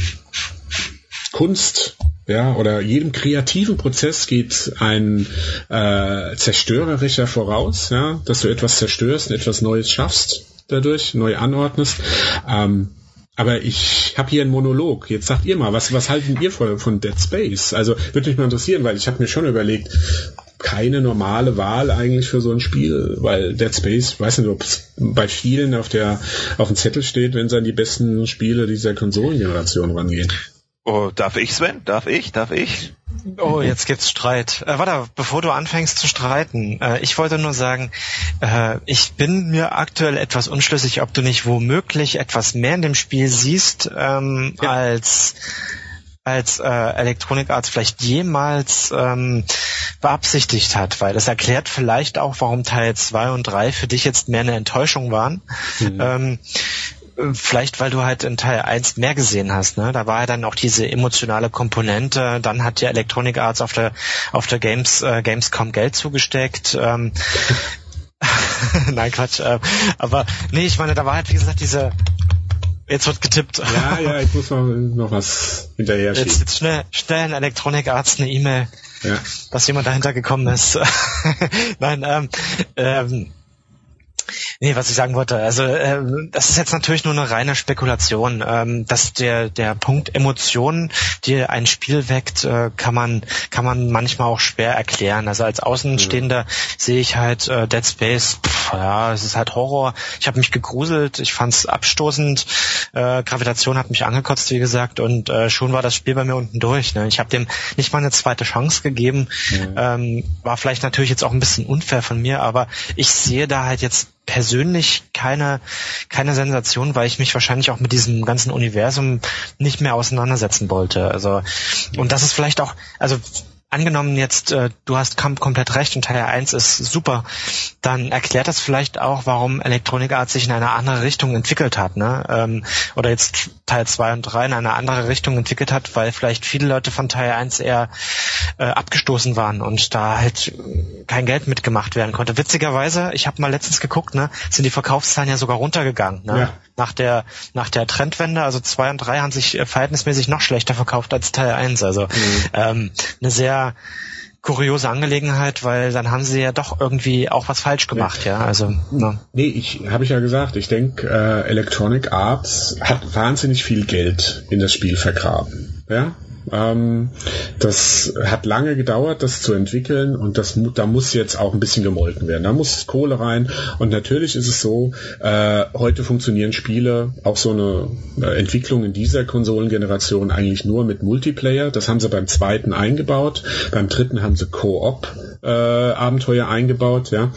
[SPEAKER 2] Kunst, ja, oder jedem kreativen Prozess geht ein zerstörerischer voraus, ja, dass du etwas zerstörst und etwas Neues schaffst, dadurch neu anordnest. Aber ich habe hier einen Monolog. Jetzt sagt ihr mal, was halten ihr von Dead Space? Also würde mich mal interessieren, weil ich habe mir schon überlegt, keine normale Wahl eigentlich für so ein Spiel, weil Dead Space, weiß nicht, ob es bei vielen auf dem Zettel steht, wenn sie an die besten Spiele dieser Konsolengeneration rangehen.
[SPEAKER 4] Oh, darf ich, Sven? Darf ich?
[SPEAKER 3] Oh, jetzt gibt's Streit. Warte, bevor du anfängst zu streiten, ich wollte nur sagen, ich bin mir aktuell etwas unschlüssig, ob du nicht womöglich etwas mehr in dem Spiel siehst, als Electronic Arts vielleicht jemals beabsichtigt hat, weil das erklärt vielleicht auch, warum Teil 2 und 3 für dich jetzt mehr eine Enttäuschung waren. Mhm. Vielleicht, weil du halt in Teil 1 mehr gesehen hast, ne? Da war ja dann auch diese emotionale Komponente, dann hat ja Electronic Arts auf der Gamescom Geld zugesteckt. Nein, Quatsch. Aber nee, ich meine, da war halt, wie gesagt, jetzt wird getippt.
[SPEAKER 2] Ja, ich muss noch was hinterher schieben.
[SPEAKER 3] Jetzt schnell in Electronic Arts eine E-Mail, dass jemand dahinter gekommen ist. Nein, nee, was ich sagen wollte, also das ist jetzt natürlich nur eine reine Spekulation, dass der Punkt Emotionen, die ein Spiel weckt, kann man manchmal auch schwer erklären. Also als Außenstehender sehe ich halt Dead Space, es ist halt Horror. Ich habe mich gegruselt, ich fand's abstoßend, Gravitation hat mich angekotzt, wie gesagt, und schon war das Spiel bei mir unten durch. Ne? Ich habe dem nicht mal eine zweite Chance gegeben. War vielleicht natürlich jetzt auch ein bisschen unfair von mir, aber ich sehe da halt jetzt persönlich keine Sensation, weil ich mich wahrscheinlich auch mit diesem ganzen Universum nicht mehr auseinandersetzen wollte. Also, und das ist vielleicht auch, also angenommen jetzt, du hast komplett recht und Teil 1 ist super, dann erklärt das vielleicht auch, warum Electronic Arts sich in eine andere Richtung entwickelt hat, ne? Oder jetzt Teil 2 und 3 in eine andere Richtung entwickelt hat, weil vielleicht viele Leute von Teil 1 eher abgestoßen waren und da halt kein Geld mitgemacht werden konnte. Witzigerweise, ich habe mal letztens geguckt, ne, sind die Verkaufszahlen ja sogar runtergegangen, ne? Ja. Nach der Trendwende, also 2 und 3 haben sich verhältnismäßig noch schlechter verkauft als Teil 1. Also eine sehr kuriose Angelegenheit, weil dann haben sie ja doch irgendwie auch was falsch gemacht, ja. Also
[SPEAKER 2] nee, habe ich ja gesagt, ich denke, Electronic Arts hat wahnsinnig viel Geld in das Spiel vergraben, ja. Das hat lange gedauert, das zu entwickeln, und da muss jetzt auch ein bisschen gemolken werden. Da muss Kohle rein, und natürlich ist es so, heute funktionieren Spiele, auch so eine Entwicklung in dieser Konsolengeneration, eigentlich nur mit Multiplayer. Das haben sie beim zweiten eingebaut, beim dritten haben sie Co-op Abenteuer eingebaut, ja.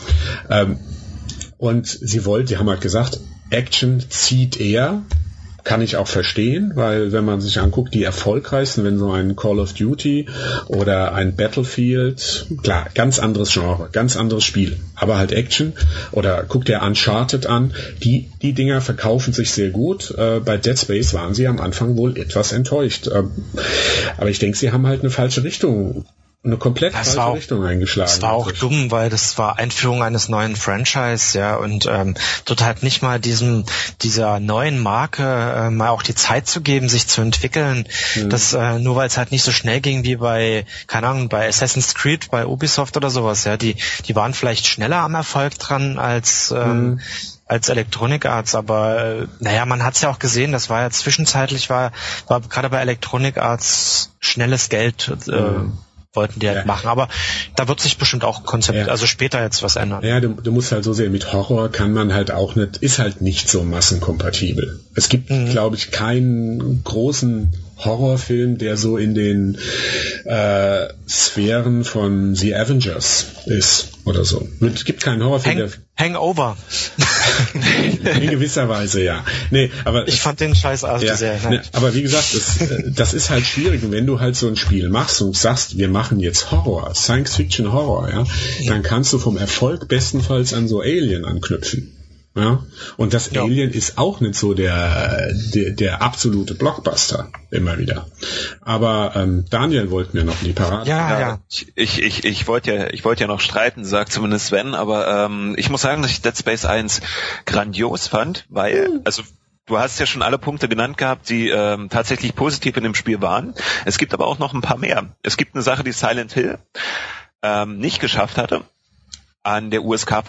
[SPEAKER 2] Und die haben halt gesagt, Action zieht eher. Kann ich auch verstehen, weil wenn man sich anguckt, die erfolgreichsten, wenn so ein Call of Duty oder ein Battlefield, klar, ganz anderes Genre, ganz anderes Spiel, aber halt Action, oder guckt der Uncharted an, die Dinger verkaufen sich sehr gut. Bei Dead Space waren sie am Anfang wohl etwas enttäuscht. Aber ich denke, sie haben halt eine falsche Richtung eine komplett falsche Richtung eingeschlagen.
[SPEAKER 3] Das war auch dumm, weil das war Einführung eines neuen Franchise, ja, und dort halt nicht mal dieser neuen Marke mal auch die Zeit zu geben, sich zu entwickeln. Das nur weil es halt nicht so schnell ging wie bei, keine Ahnung, bei Assassin's Creed, bei Ubisoft oder sowas, ja, die waren vielleicht schneller am Erfolg dran als Electronic Arts, aber naja, man hat's ja auch gesehen, das war ja zwischenzeitlich, war gerade bei Electronic Arts schnelles Geld, wollten die halt machen, aber da wird sich bestimmt auch also später jetzt was ändern.
[SPEAKER 2] Ja, du musst halt so sehen, mit Horror kann man halt auch nicht, ist halt nicht so massenkompatibel. Es gibt, glaube ich, keinen großen Horrorfilm, der so in den Sphären von The Avengers ist oder so. Es gibt keinen Horrorfilm,
[SPEAKER 3] Hangover.
[SPEAKER 2] In gewisser Weise, ja. Nee, aber
[SPEAKER 3] ich fand den Scheiß sehr.
[SPEAKER 2] Nee, aber wie gesagt, das ist halt schwierig. Und wenn du halt so ein Spiel machst und sagst, wir machen jetzt Horror, Science-Fiction-Horror, ja, dann kannst du vom Erfolg bestenfalls an so Alien anknüpfen. Ja, und das Alien ist auch nicht so der absolute Blockbuster immer wieder. Aber Daniel wollte mir noch in die Parade.
[SPEAKER 4] Ja. Ich wollte ja noch streiten, sagt zumindest Sven, aber ich muss sagen, dass ich Dead Space 1 grandios fand, weil, also du hast ja schon alle Punkte genannt gehabt, die tatsächlich positiv in dem Spiel waren. Es gibt aber auch noch ein paar mehr. Es gibt eine Sache, die Silent Hill nicht geschafft hatte, an der USK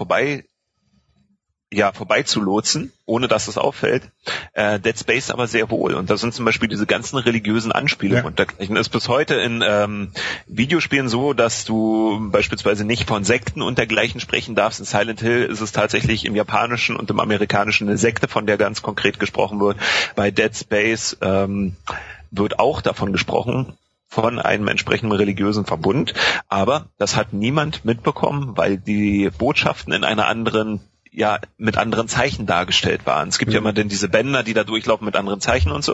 [SPEAKER 4] vorbeizulotsen, ohne dass es auffällt. Dead Space aber sehr wohl. Und da sind zum Beispiel diese ganzen religiösen Anspielungen und dergleichen. Ist bis heute in Videospielen so, dass du beispielsweise nicht von Sekten und dergleichen sprechen darfst. In Silent Hill ist es tatsächlich im Japanischen und im Amerikanischen eine Sekte, von der ganz konkret gesprochen wird. Bei Dead Space wird auch davon gesprochen, von einem entsprechenden religiösen Verbund. Aber das hat niemand mitbekommen, weil die Botschaften in einer anderen mit anderen Zeichen dargestellt waren. Es gibt ja immer denn diese Bänder, die da durchlaufen mit anderen Zeichen und so.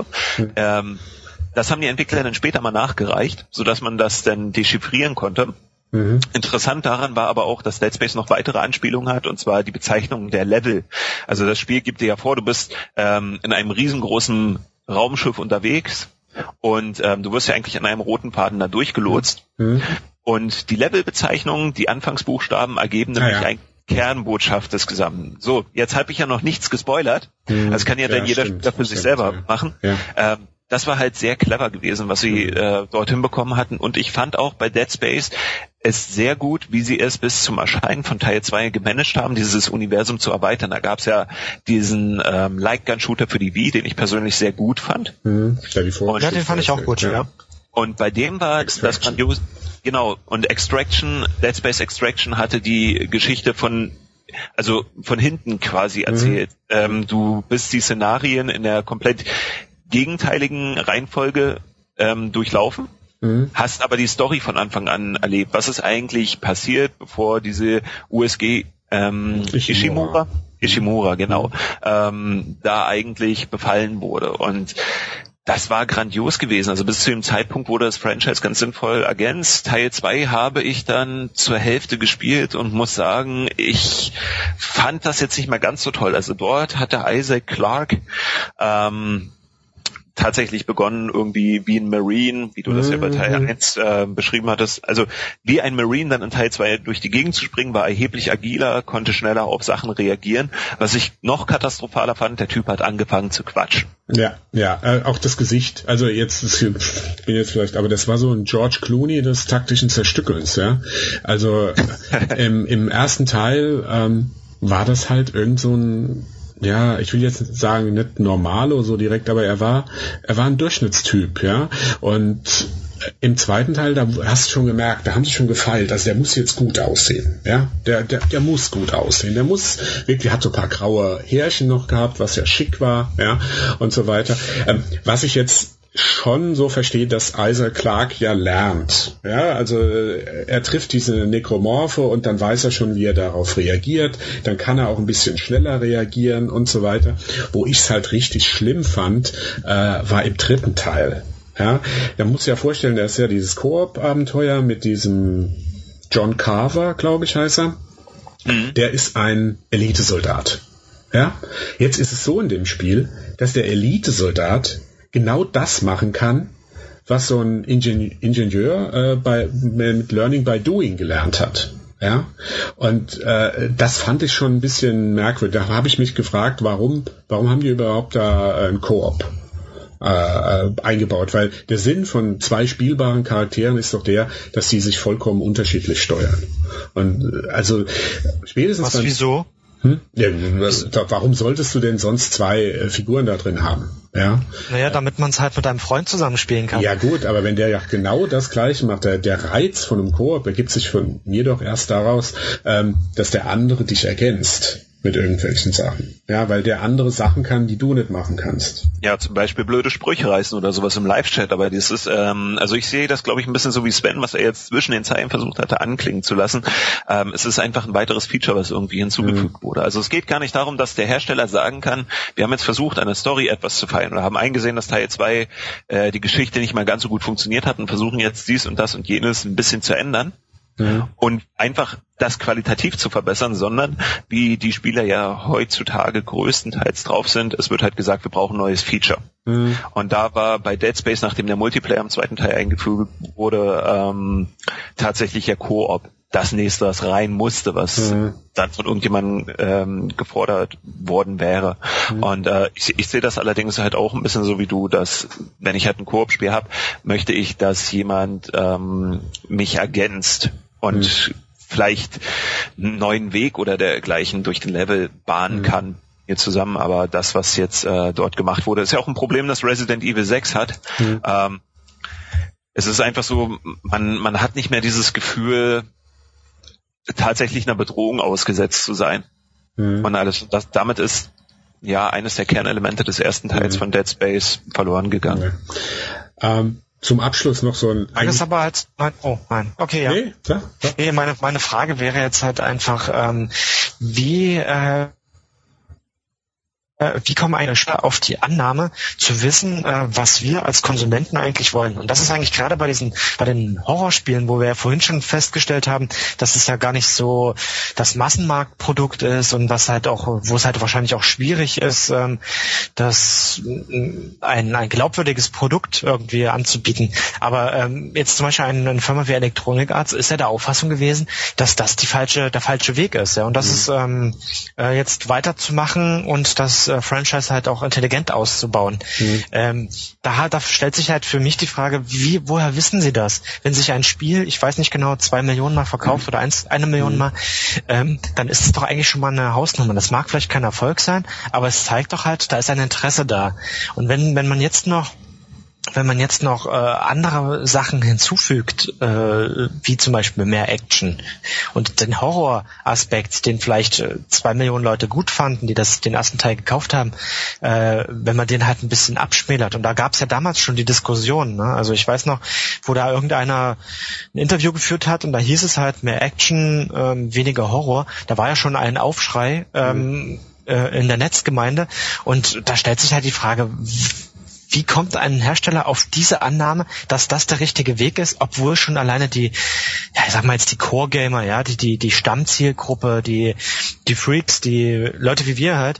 [SPEAKER 4] Das haben die Entwickler dann später mal nachgereicht, sodass man das dann dechiffrieren konnte. Interessant daran war aber auch, dass Dead Space noch weitere Anspielungen hat, und zwar die Bezeichnung der Level. Also das Spiel gibt dir ja vor, du bist in einem riesengroßen Raumschiff unterwegs und du wirst ja eigentlich an einem roten Faden da durchgelotst. Und die Levelbezeichnungen, die Anfangsbuchstaben ergeben nämlich ein Kernbotschaft des Gesamten. So, jetzt habe ich ja noch nichts gespoilert. Das kann ja dann jeder für sich selber machen. Ja. Das war halt sehr clever gewesen, was sie dort hinbekommen hatten. Und ich fand auch bei Dead Space es sehr gut, wie sie es bis zum Erscheinen von Teil 2 gemanagt haben, dieses Universum zu erweitern. Da gab es ja diesen Light-Gun-Shooter für die Wii, den ich persönlich sehr gut fand.
[SPEAKER 3] Und den fand ich auch gut, ja.
[SPEAKER 4] Und bei dem war das grandios. Genau, und Dead Space Extraction hatte die Geschichte von hinten quasi erzählt. Du bist die Szenarien in der komplett gegenteiligen Reihenfolge durchlaufen, hast aber die Story von Anfang an erlebt. Was ist eigentlich passiert, bevor diese USG Ishimura, genau, da eigentlich befallen wurde. Und das war grandios gewesen. Also bis zu dem Zeitpunkt wurde das Franchise ganz sinnvoll ergänzt. Teil 2 habe ich dann zur Hälfte gespielt und muss sagen, ich fand das jetzt nicht mehr ganz so toll. Also dort hatte Isaac Clarke tatsächlich begonnen, irgendwie wie ein Marine, wie du das ja bei Teil 1 beschrieben hattest. Also wie ein Marine dann in Teil 2 durch die Gegend zu springen, war erheblich agiler, konnte schneller auf Sachen reagieren. Was ich noch katastrophaler fand, der Typ hat angefangen zu quatschen.
[SPEAKER 2] Ja, auch das Gesicht. Also aber das war so ein George Clooney des taktischen Zerstückelns, ja. Also im ersten Teil war das halt irgend so ein, ja, ich will jetzt sagen, nicht Normalo so direkt, aber er war ein Durchschnittstyp, ja. Und im zweiten Teil, da hast du schon gemerkt, da haben sie schon gefeilt, also der muss jetzt gut aussehen, ja. Der muss gut aussehen. Der muss wirklich, hat so ein paar graue Härchen noch gehabt, was ja schick war, ja, und so weiter. Was ich jetzt schon so verstehe, dass Isaac Clarke ja lernt. Ja, also er trifft diese Nekromorphe und dann weiß er schon, wie er darauf reagiert. Dann kann er auch ein bisschen schneller reagieren und so weiter. Wo ich es halt richtig schlimm fand, war im dritten Teil. Ja, da muss ich ja vorstellen, da ist ja dieses Koop-Abenteuer mit diesem John Carver, glaube ich, heißt er. Der ist ein Elitesoldat. Ja, jetzt ist es so in dem Spiel, dass der Elitesoldat genau das machen kann, was so ein Ingenieur mit Learning by Doing gelernt hat. Ja, und das fand ich schon ein bisschen merkwürdig. Da habe ich mich gefragt, warum haben die überhaupt da ein Koop eingebaut? Weil der Sinn von 2 spielbaren Charakteren ist doch der, dass sie sich vollkommen unterschiedlich steuern. Und also spätestens
[SPEAKER 3] was, wieso?
[SPEAKER 2] Ja, warum solltest du denn sonst 2 Figuren da drin haben? Ja.
[SPEAKER 3] Naja, damit man es halt mit einem Freund zusammenspielen kann.
[SPEAKER 2] Ja gut, aber wenn der ja genau das Gleiche macht, der Reiz von einem Koop ergibt sich von mir doch erst daraus, dass der andere dich ergänzt mit irgendwelchen Sachen. Ja, weil der andere Sachen kann, die du nicht machen kannst.
[SPEAKER 4] Ja, zum Beispiel blöde Sprüche reißen oder sowas im Live-Chat, aber das ist, also ich sehe das, glaube ich, ein bisschen so wie Sven, was er jetzt zwischen den Zeilen versucht hatte, anklingen zu lassen. Es ist einfach ein weiteres Feature, was irgendwie hinzugefügt wurde. Also es geht gar nicht darum, dass der Hersteller sagen kann, wir haben jetzt versucht, an der Story etwas zu feilen oder haben eingesehen, dass Teil 2 die Geschichte nicht mal ganz so gut funktioniert hat und versuchen jetzt dies und das und jenes ein bisschen zu ändern. Und einfach das qualitativ zu verbessern, sondern wie die Spieler ja heutzutage größtenteils drauf sind, es wird halt gesagt, wir brauchen ein neues Feature. Und da war bei Dead Space, nachdem der Multiplayer im 2. Teil eingefügt wurde, tatsächlich ja Koop das nächste, was rein musste, was dann von irgendjemandem gefordert worden wäre. Und ich sehe das allerdings halt auch ein bisschen so wie du, dass wenn ich halt ein Koop-Spiel habe, möchte ich, dass jemand mich ergänzt und vielleicht einen neuen Weg oder dergleichen durch den Level bahnen kann hier zusammen. Aber das, was jetzt dort gemacht wurde, ist ja auch ein Problem, das Resident Evil 6 hat. Es ist einfach so, man hat nicht mehr dieses Gefühl, tatsächlich einer Bedrohung ausgesetzt zu sein. Und alles. Damit ist ja eines der Kernelemente des ersten Teils von Dead Space verloren gegangen.
[SPEAKER 2] Zum Abschluss noch so ein...
[SPEAKER 3] Das ist aber halt... Nein. Okay, ja.
[SPEAKER 2] Nee, klar.
[SPEAKER 3] Nee, meine Frage wäre jetzt halt einfach, wie kommen eigentlich auf die Annahme zu wissen, was wir als Konsumenten eigentlich wollen? Und das ist eigentlich gerade bei den Horrorspielen, wo wir ja vorhin schon festgestellt haben, dass es ja gar nicht so das Massenmarktprodukt ist und wo es halt wahrscheinlich auch schwierig ist, das ein glaubwürdiges Produkt irgendwie anzubieten. Aber jetzt zum Beispiel eine Firma wie Electronic Arts ist ja der Auffassung gewesen, dass das der falsche Weg ist. Ja? Und das ist jetzt weiterzumachen und das Franchise halt auch intelligent auszubauen. Da stellt sich halt für mich die Frage, woher wissen Sie das? Wenn sich ein Spiel, ich weiß nicht genau, 2 Millionen Mal verkauft oder 1 Million Mal, dann ist es doch eigentlich schon mal eine Hausnummer. Das mag vielleicht kein Erfolg sein, aber es zeigt doch halt, da ist ein Interesse da. Und wenn man jetzt noch andere Sachen hinzufügt, wie zum Beispiel mehr Action und den Horroraspekt, den vielleicht 2 Millionen Leute gut fanden, die den ersten Teil gekauft haben, wenn man den halt ein bisschen abschmälert. Und da gab es ja damals schon die Diskussion, ne? Also ich weiß noch, wo da irgendeiner ein Interview geführt hat und da hieß es halt mehr Action, weniger Horror. Da war ja schon ein Aufschrei in der Netzgemeinde und da stellt sich halt die Frage, wie kommt ein Hersteller auf diese Annahme, dass das der richtige Weg ist, obwohl schon alleine die Core-Gamer, die Stammzielgruppe, die Freaks, die Leute wie wir halt,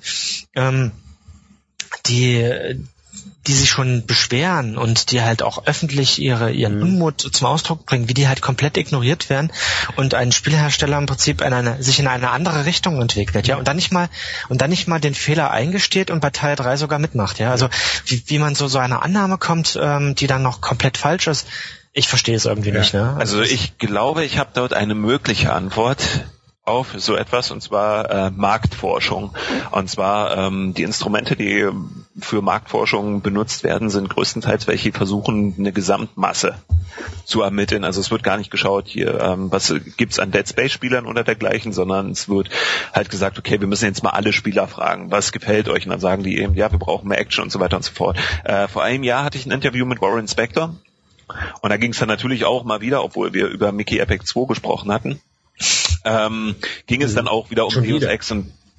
[SPEAKER 3] die sich schon beschweren und die halt auch öffentlich ihren Unmut zum Ausdruck bringen, wie die halt komplett ignoriert werden und ein Spielhersteller im Prinzip sich in eine andere Richtung entwickelt, ja, und dann nicht mal den Fehler eingesteht und bei Teil 3 sogar mitmacht, ja, also wie man so eine Annahme kommt, die dann noch komplett falsch ist, ich verstehe es irgendwie nicht, ne?
[SPEAKER 4] Also ich glaube, ich habe dort eine mögliche Antwort auf so etwas, und zwar Marktforschung. Und zwar die Instrumente, die für Marktforschung benutzt werden, sind größtenteils welche, die versuchen, eine Gesamtmasse zu ermitteln. Also es wird gar nicht geschaut, hier was gibt's an Dead Space Spielern oder dergleichen, sondern es wird halt gesagt, okay, wir müssen jetzt mal alle Spieler fragen, was gefällt euch? Und dann sagen die eben, ja, wir brauchen mehr Action und so weiter und so fort. Vor einem Jahr hatte ich ein Interview mit Warren Spector und da ging es dann natürlich auch mal wieder, obwohl wir über Mickey Epic 2 gesprochen hatten, ging es dann auch wieder um Deus Ex und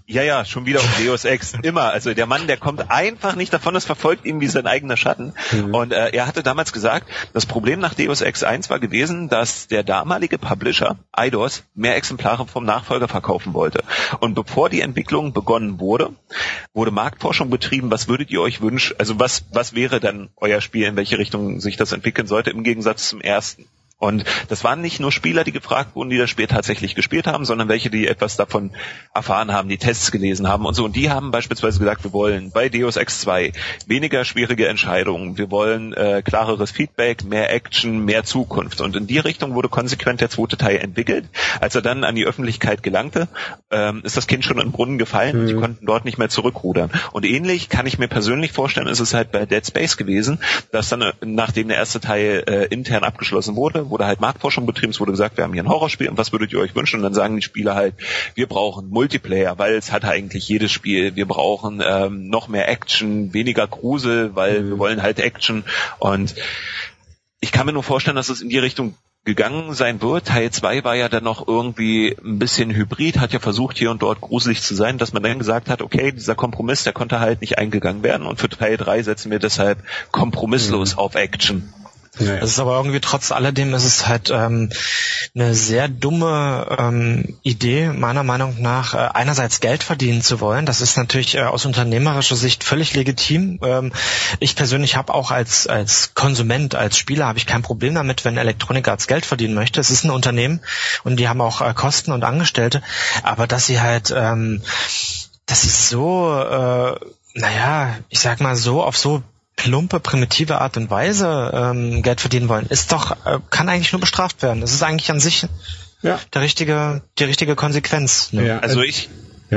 [SPEAKER 4] Ja, schon wieder um Deus Ex. Immer. Also der Mann, der kommt einfach nicht davon, es verfolgt ihn wie sein eigener Schatten. Und er hatte damals gesagt, das Problem nach Deus Ex 1 war gewesen, dass der damalige Publisher, Eidos, mehr Exemplare vom Nachfolger verkaufen wollte. Und bevor die Entwicklung begonnen wurde Marktforschung betrieben, was würdet ihr euch wünschen, also was wäre dann euer Spiel, in welche Richtung sich das entwickeln sollte, im Gegensatz zum ersten. Und das waren nicht nur Spieler, die gefragt wurden, die das Spiel tatsächlich gespielt haben, sondern welche, die etwas davon erfahren haben, die Tests gelesen haben und so. Und die haben beispielsweise gesagt, wir wollen bei Deus Ex 2 weniger schwierige Entscheidungen, wir wollen klareres Feedback, mehr Action, mehr Zukunft. Und in die Richtung wurde konsequent der zweite Teil entwickelt. Als er dann an die Öffentlichkeit gelangte, ist das Kind schon in den Brunnen gefallen und sie konnten dort nicht mehr zurückrudern. Und ähnlich kann ich mir persönlich vorstellen, ist es halt bei Dead Space gewesen, dass dann, nachdem der erste Teil intern abgeschlossen wurde halt Marktforschung betrieben, es wurde gesagt, wir haben hier ein Horrorspiel und was würdet ihr euch wünschen? Und dann sagen die Spieler halt, wir brauchen Multiplayer, weil es hat eigentlich jedes Spiel, wir brauchen noch mehr Action, weniger Grusel, weil wir wollen halt Action und ich kann mir nur vorstellen, dass es in die Richtung gegangen sein wird. Teil 2 war ja dann noch irgendwie ein bisschen hybrid, hat ja versucht, hier und dort gruselig zu sein, dass man dann gesagt hat, okay, dieser Kompromiss, der konnte halt nicht eingegangen werden und für Teil 3 setzen wir deshalb kompromisslos auf Action.
[SPEAKER 3] Ja. Das ist aber irgendwie trotz alledem ist es halt eine sehr dumme Idee, meiner Meinung nach, einerseits Geld verdienen zu wollen. Das ist natürlich aus unternehmerischer Sicht völlig legitim. Ich persönlich habe auch als Konsument, als Spieler, habe ich kein Problem damit, wenn Electronic Arts Geld verdienen möchte. Es ist ein Unternehmen und die haben auch Kosten und Angestellte. Aber dass sie halt, dass sie so, ich sag mal so auf so plumpe, primitive Art und Weise Geld verdienen wollen, kann eigentlich nur bestraft werden. Das ist eigentlich an sich die richtige Konsequenz. Ne?
[SPEAKER 4] Ja, also ich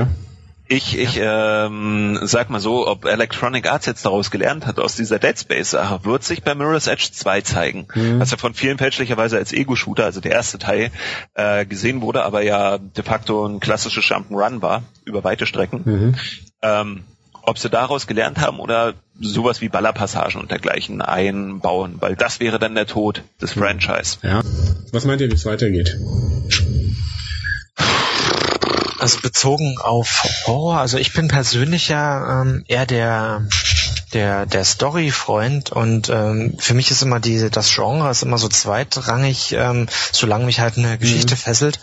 [SPEAKER 4] sag mal so, ob Electronic Arts jetzt daraus gelernt hat, aus dieser Dead Space-Sache, wird sich bei Mirror's Edge 2 zeigen. Was ja von vielen fälschlicherweise als Ego-Shooter, also der erste Teil, gesehen wurde, aber ja de facto ein klassisches Jump'n'Run war, über weite Strecken. Ob sie daraus gelernt haben oder sowas wie Ballerpassagen und dergleichen einbauen, weil das wäre dann der Tod des Franchise.
[SPEAKER 2] Ja. Was meint ihr, wie es weitergeht?
[SPEAKER 3] Also bezogen auf Horror, also ich bin persönlich ja eher der Story-Freund und für mich ist immer das Genre ist immer so zweitrangig, solange mich halt eine Geschichte fesselt.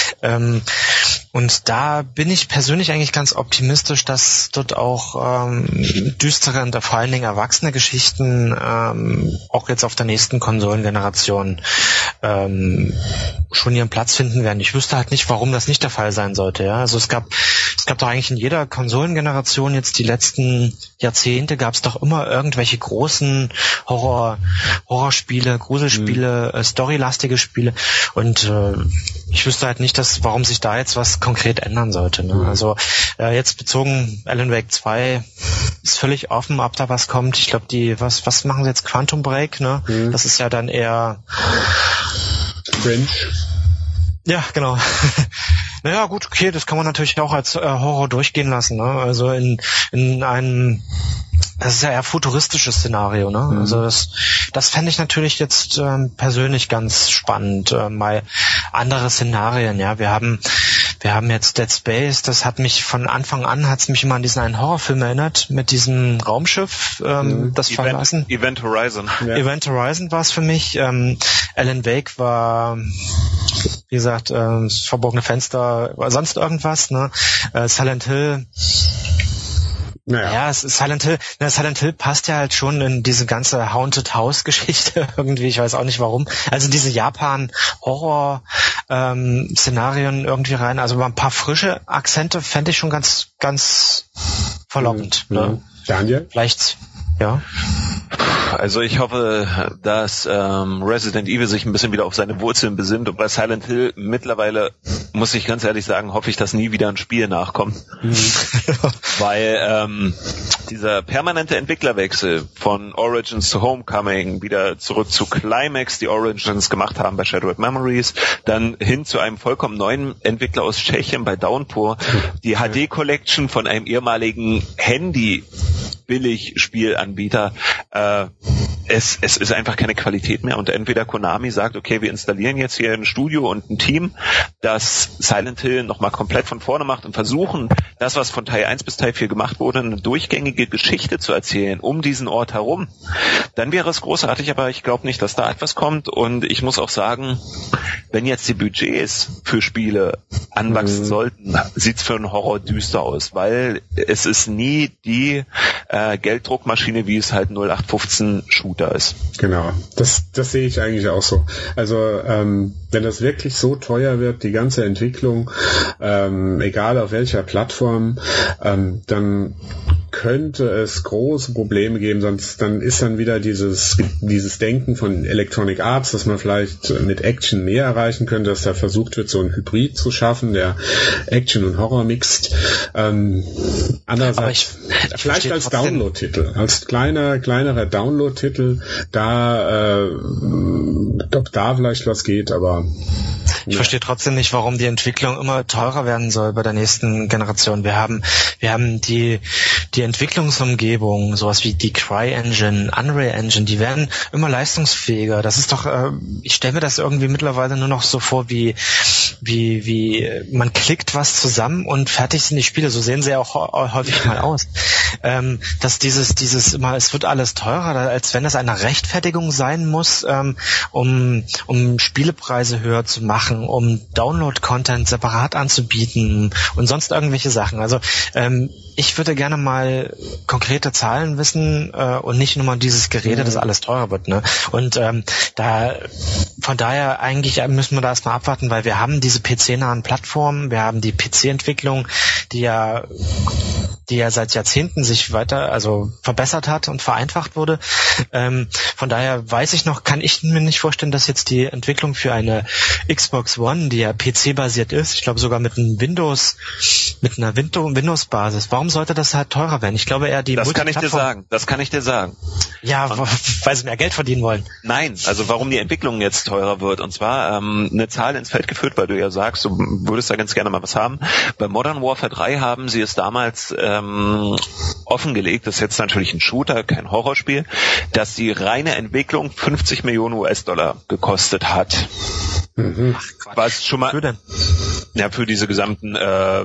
[SPEAKER 3] Und da bin ich persönlich eigentlich ganz optimistisch, dass dort auch düstere und vor allen Dingen erwachsene Geschichten auch jetzt auf der nächsten Konsolengeneration schon ihren Platz finden werden. Ich wüsste halt nicht, warum das nicht der Fall sein sollte. Ja, also es gab doch eigentlich in jeder Konsolengeneration jetzt die letzten Jahrzehnte gab es doch immer irgendwelche großen Horrorspiele, Gruselspiele, storylastige Spiele und ich wüsste halt nicht, warum sich da jetzt was konkret ändern sollte. Ne? Also jetzt bezogen Alan Wake 2 ist völlig offen, ob da was kommt. Ich glaube, was machen sie jetzt? Quantum Break, ne? Das ist ja dann eher
[SPEAKER 2] Fringe.
[SPEAKER 3] Ja, genau. Naja, gut, okay, das kann man natürlich auch als Horror durchgehen lassen. Ne? Also in einem, das ist ja eher futuristisches Szenario. Ne? Also das fände ich natürlich jetzt persönlich ganz spannend. Mal andere Szenarien. Ja, wir haben jetzt Dead Space. Das hat mich von Anfang an immer an diesen einen Horrorfilm erinnert mit diesem Raumschiff, das verlassen.
[SPEAKER 4] Event Horizon.
[SPEAKER 3] Ja. Event Horizon war es für mich. Alan Wake war, wie gesagt, das verbogene Fenster, sonst irgendwas, ne? Silent Hill. Naja. Ja, Silent Hill passt ja halt schon in diese ganze Haunted House Geschichte irgendwie, ich weiß auch nicht warum. Also diese Japan-Horror Szenarien irgendwie rein, also mal ein paar frische Akzente fände ich schon ganz, ganz verlockend. Ne?
[SPEAKER 2] Daniel?
[SPEAKER 3] Vielleicht, ja.
[SPEAKER 4] Also ich hoffe, dass Resident Evil sich ein bisschen wieder auf seine Wurzeln besinnt und bei Silent Hill mittlerweile, muss ich ganz ehrlich sagen, hoffe ich, dass nie wieder ein Spiel nachkommt. Weil dieser permanente Entwicklerwechsel von Origins zu Homecoming, wieder zurück zu Climax, die Origins gemacht haben bei Shattered Memories, dann hin zu einem vollkommen neuen Entwickler aus Tschechien bei Downpour, die HD-Collection von einem ehemaligen Handy-Billig-Spielanbieter. es ist einfach keine Qualität mehr und entweder Konami sagt, okay, wir installieren jetzt hier ein Studio und ein Team, das Silent Hill nochmal komplett von vorne macht und versuchen, das, was von Teil 1 bis Teil 4 gemacht wurde, eine durchgängige Geschichte zu erzählen, um diesen Ort herum, dann wäre es großartig, aber ich glaube nicht, dass da etwas kommt und ich muss auch sagen, wenn jetzt die Budgets für Spiele anwachsen sollten, sieht's für einen Horror düster aus, weil es ist nie die Gelddruckmaschine, wie es halt 0815 Shooter ist.
[SPEAKER 2] Genau, das sehe ich eigentlich auch so. Also wenn das wirklich so teuer wird, die ganze Entwicklung, egal auf welcher Plattform, dann könnte es große Probleme geben, sonst dann ist dann wieder dieses Denken von Electronic Arts, dass man vielleicht mit Action mehr erreichen könnte, dass da versucht wird, so ein Hybrid zu schaffen, der Action und Horror mixt. Andererseits vielleicht als Download-Titel, als kleinerer Download-Titel, ob da vielleicht was geht, aber
[SPEAKER 3] ich verstehe trotzdem nicht, warum die Entwicklung immer teurer werden soll bei der nächsten Generation. Wir haben die Entwicklungsumgebung, sowas wie die CryEngine, Unreal Engine, die werden immer leistungsfähiger. Das ist doch, ich stelle mir das irgendwie mittlerweile nur noch so vor, wie man klickt was zusammen und fertig sind die Spiele. So sehen sie ja auch häufig mal aus. Dass dieses immer, es wird alles teurer, als wenn es eine Rechtfertigung sein muss, um Spielepreise höher zu machen, um Download-Content separat anzubieten und sonst irgendwelche Sachen. Also ich würde gerne mal konkrete Zahlen wissen und nicht nur mal dieses Gerede, dass alles teurer wird. Ne? Und von daher eigentlich müssen wir da erstmal abwarten, weil wir haben diese PC-nahen Plattformen, wir haben die PC-Entwicklung, die ja seit Jahrzehnten sich weiter, also verbessert hat und vereinfacht wurde. Von daher kann ich mir nicht vorstellen, dass jetzt die Entwicklung für eine Xbox One, die ja PC-basiert ist, ich glaube sogar mit einer Windows-Basis, warum sollte das halt teurer werden? Ich glaube eher
[SPEAKER 4] Das kann ich dir sagen.
[SPEAKER 3] Ja, weil sie mehr Geld verdienen wollen.
[SPEAKER 4] Nein, also warum die Entwicklung jetzt teurer wird. Und zwar eine Zahl ins Feld geführt, weil du ja sagst, du würdest da ganz gerne mal was haben. Bei Modern Warfare 3 haben sie es damals offengelegt, das ist jetzt natürlich ein Shooter, kein Horrorspiel, dass die reine Entwicklung 50 Millionen US-Dollar gekostet hat. Was schon mal für diese gesamten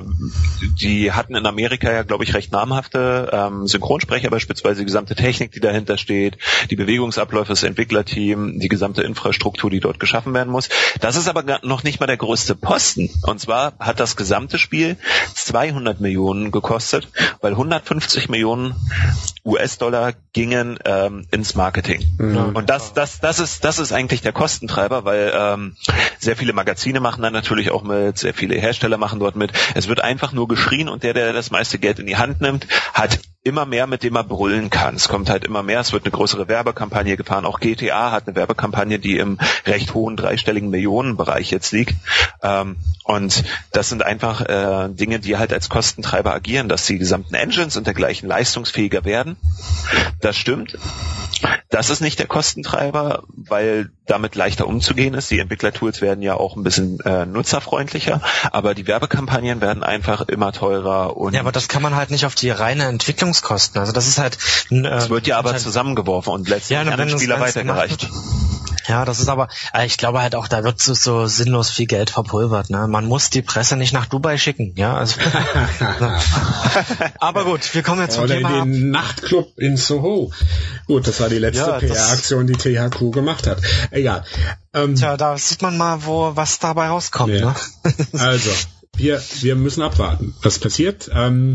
[SPEAKER 4] die hatten in Amerika ja, glaube ich, recht namhafte Synchronsprecher, beispielsweise die gesamte Technik, die dahinter steht, die Bewegungsabläufe, das Entwicklerteam, die gesamte Infrastruktur, die dort geschaffen werden muss. Das ist aber noch nicht mal der größte Posten. Und zwar hat das gesamte Spiel 200 Millionen gekostet, weil 150 Millionen US-Dollar gingen ins Marketing. Und das ist eigentlich der Kostentreiber, weil sehr viele Magazine machen dann natürlich auch mit, sehr viele Hersteller machen dort mit. Es wird einfach nur geschrien und der das meiste Geld in die Hand nimmt, hat immer mehr, mit dem er brüllen kann. Es kommt halt immer mehr, es wird eine größere Werbekampagne gefahren. Auch GTA hat eine Werbekampagne, die im recht hohen dreistelligen Millionenbereich jetzt liegt. Und das sind einfach Dinge, die halt als Kostentreiber agieren, dass die gesamten Engines und dergleichen leistungsfähiger werden. Das stimmt. Das ist nicht der Kostentreiber, weil damit leichter umzugehen ist. Die Entwicklertools werden ja auch ein bisschen nutzerfreundlicher, aber die Werbekampagnen werden einfach immer teurer. Und
[SPEAKER 3] ja, aber das kann man halt nicht auf die reine Entwicklungskosten. Also das ist halt...
[SPEAKER 4] Es wird ja aber halt zusammengeworfen und letztlich an den Spieler weitergereicht.
[SPEAKER 3] Ja, das ist aber, ich glaube halt auch, da wird so sinnlos viel Geld verpulvert. Ne? Man muss die Presse nicht nach Dubai schicken. Ja, also, aber gut, wir kommen jetzt zum Thema.
[SPEAKER 2] Oder in den Nachtclub in Soho. Gut, das war die letzte PR-Aktion, die THQ gemacht hat. Egal.
[SPEAKER 3] Tja, da sieht man mal, was dabei rauskommt. Ja. Ne?
[SPEAKER 2] Also, wir müssen abwarten, was passiert.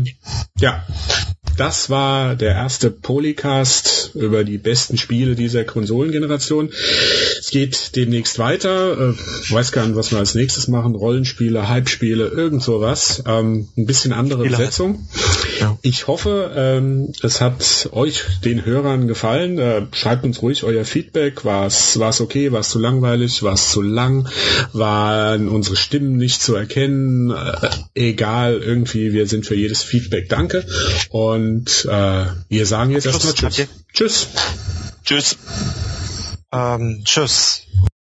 [SPEAKER 2] Das war der erste Polycast über die besten Spiele dieser Konsolengeneration. Es geht demnächst weiter. Ich weiß gar nicht, was wir als nächstes machen. Rollenspiele, Hype-Spiele, irgend sowas. Ein bisschen andere Besetzung. Ja. Ich hoffe, es hat euch, den Hörern, gefallen. Schreibt uns ruhig euer Feedback. War es okay? War es zu langweilig? War es zu lang? Waren unsere Stimmen nicht zu erkennen? Egal, irgendwie, wir sind für jedes Feedback danke. Und wir sagen jetzt erstmal Tschüss.
[SPEAKER 4] Tschüss.
[SPEAKER 3] Tschüss.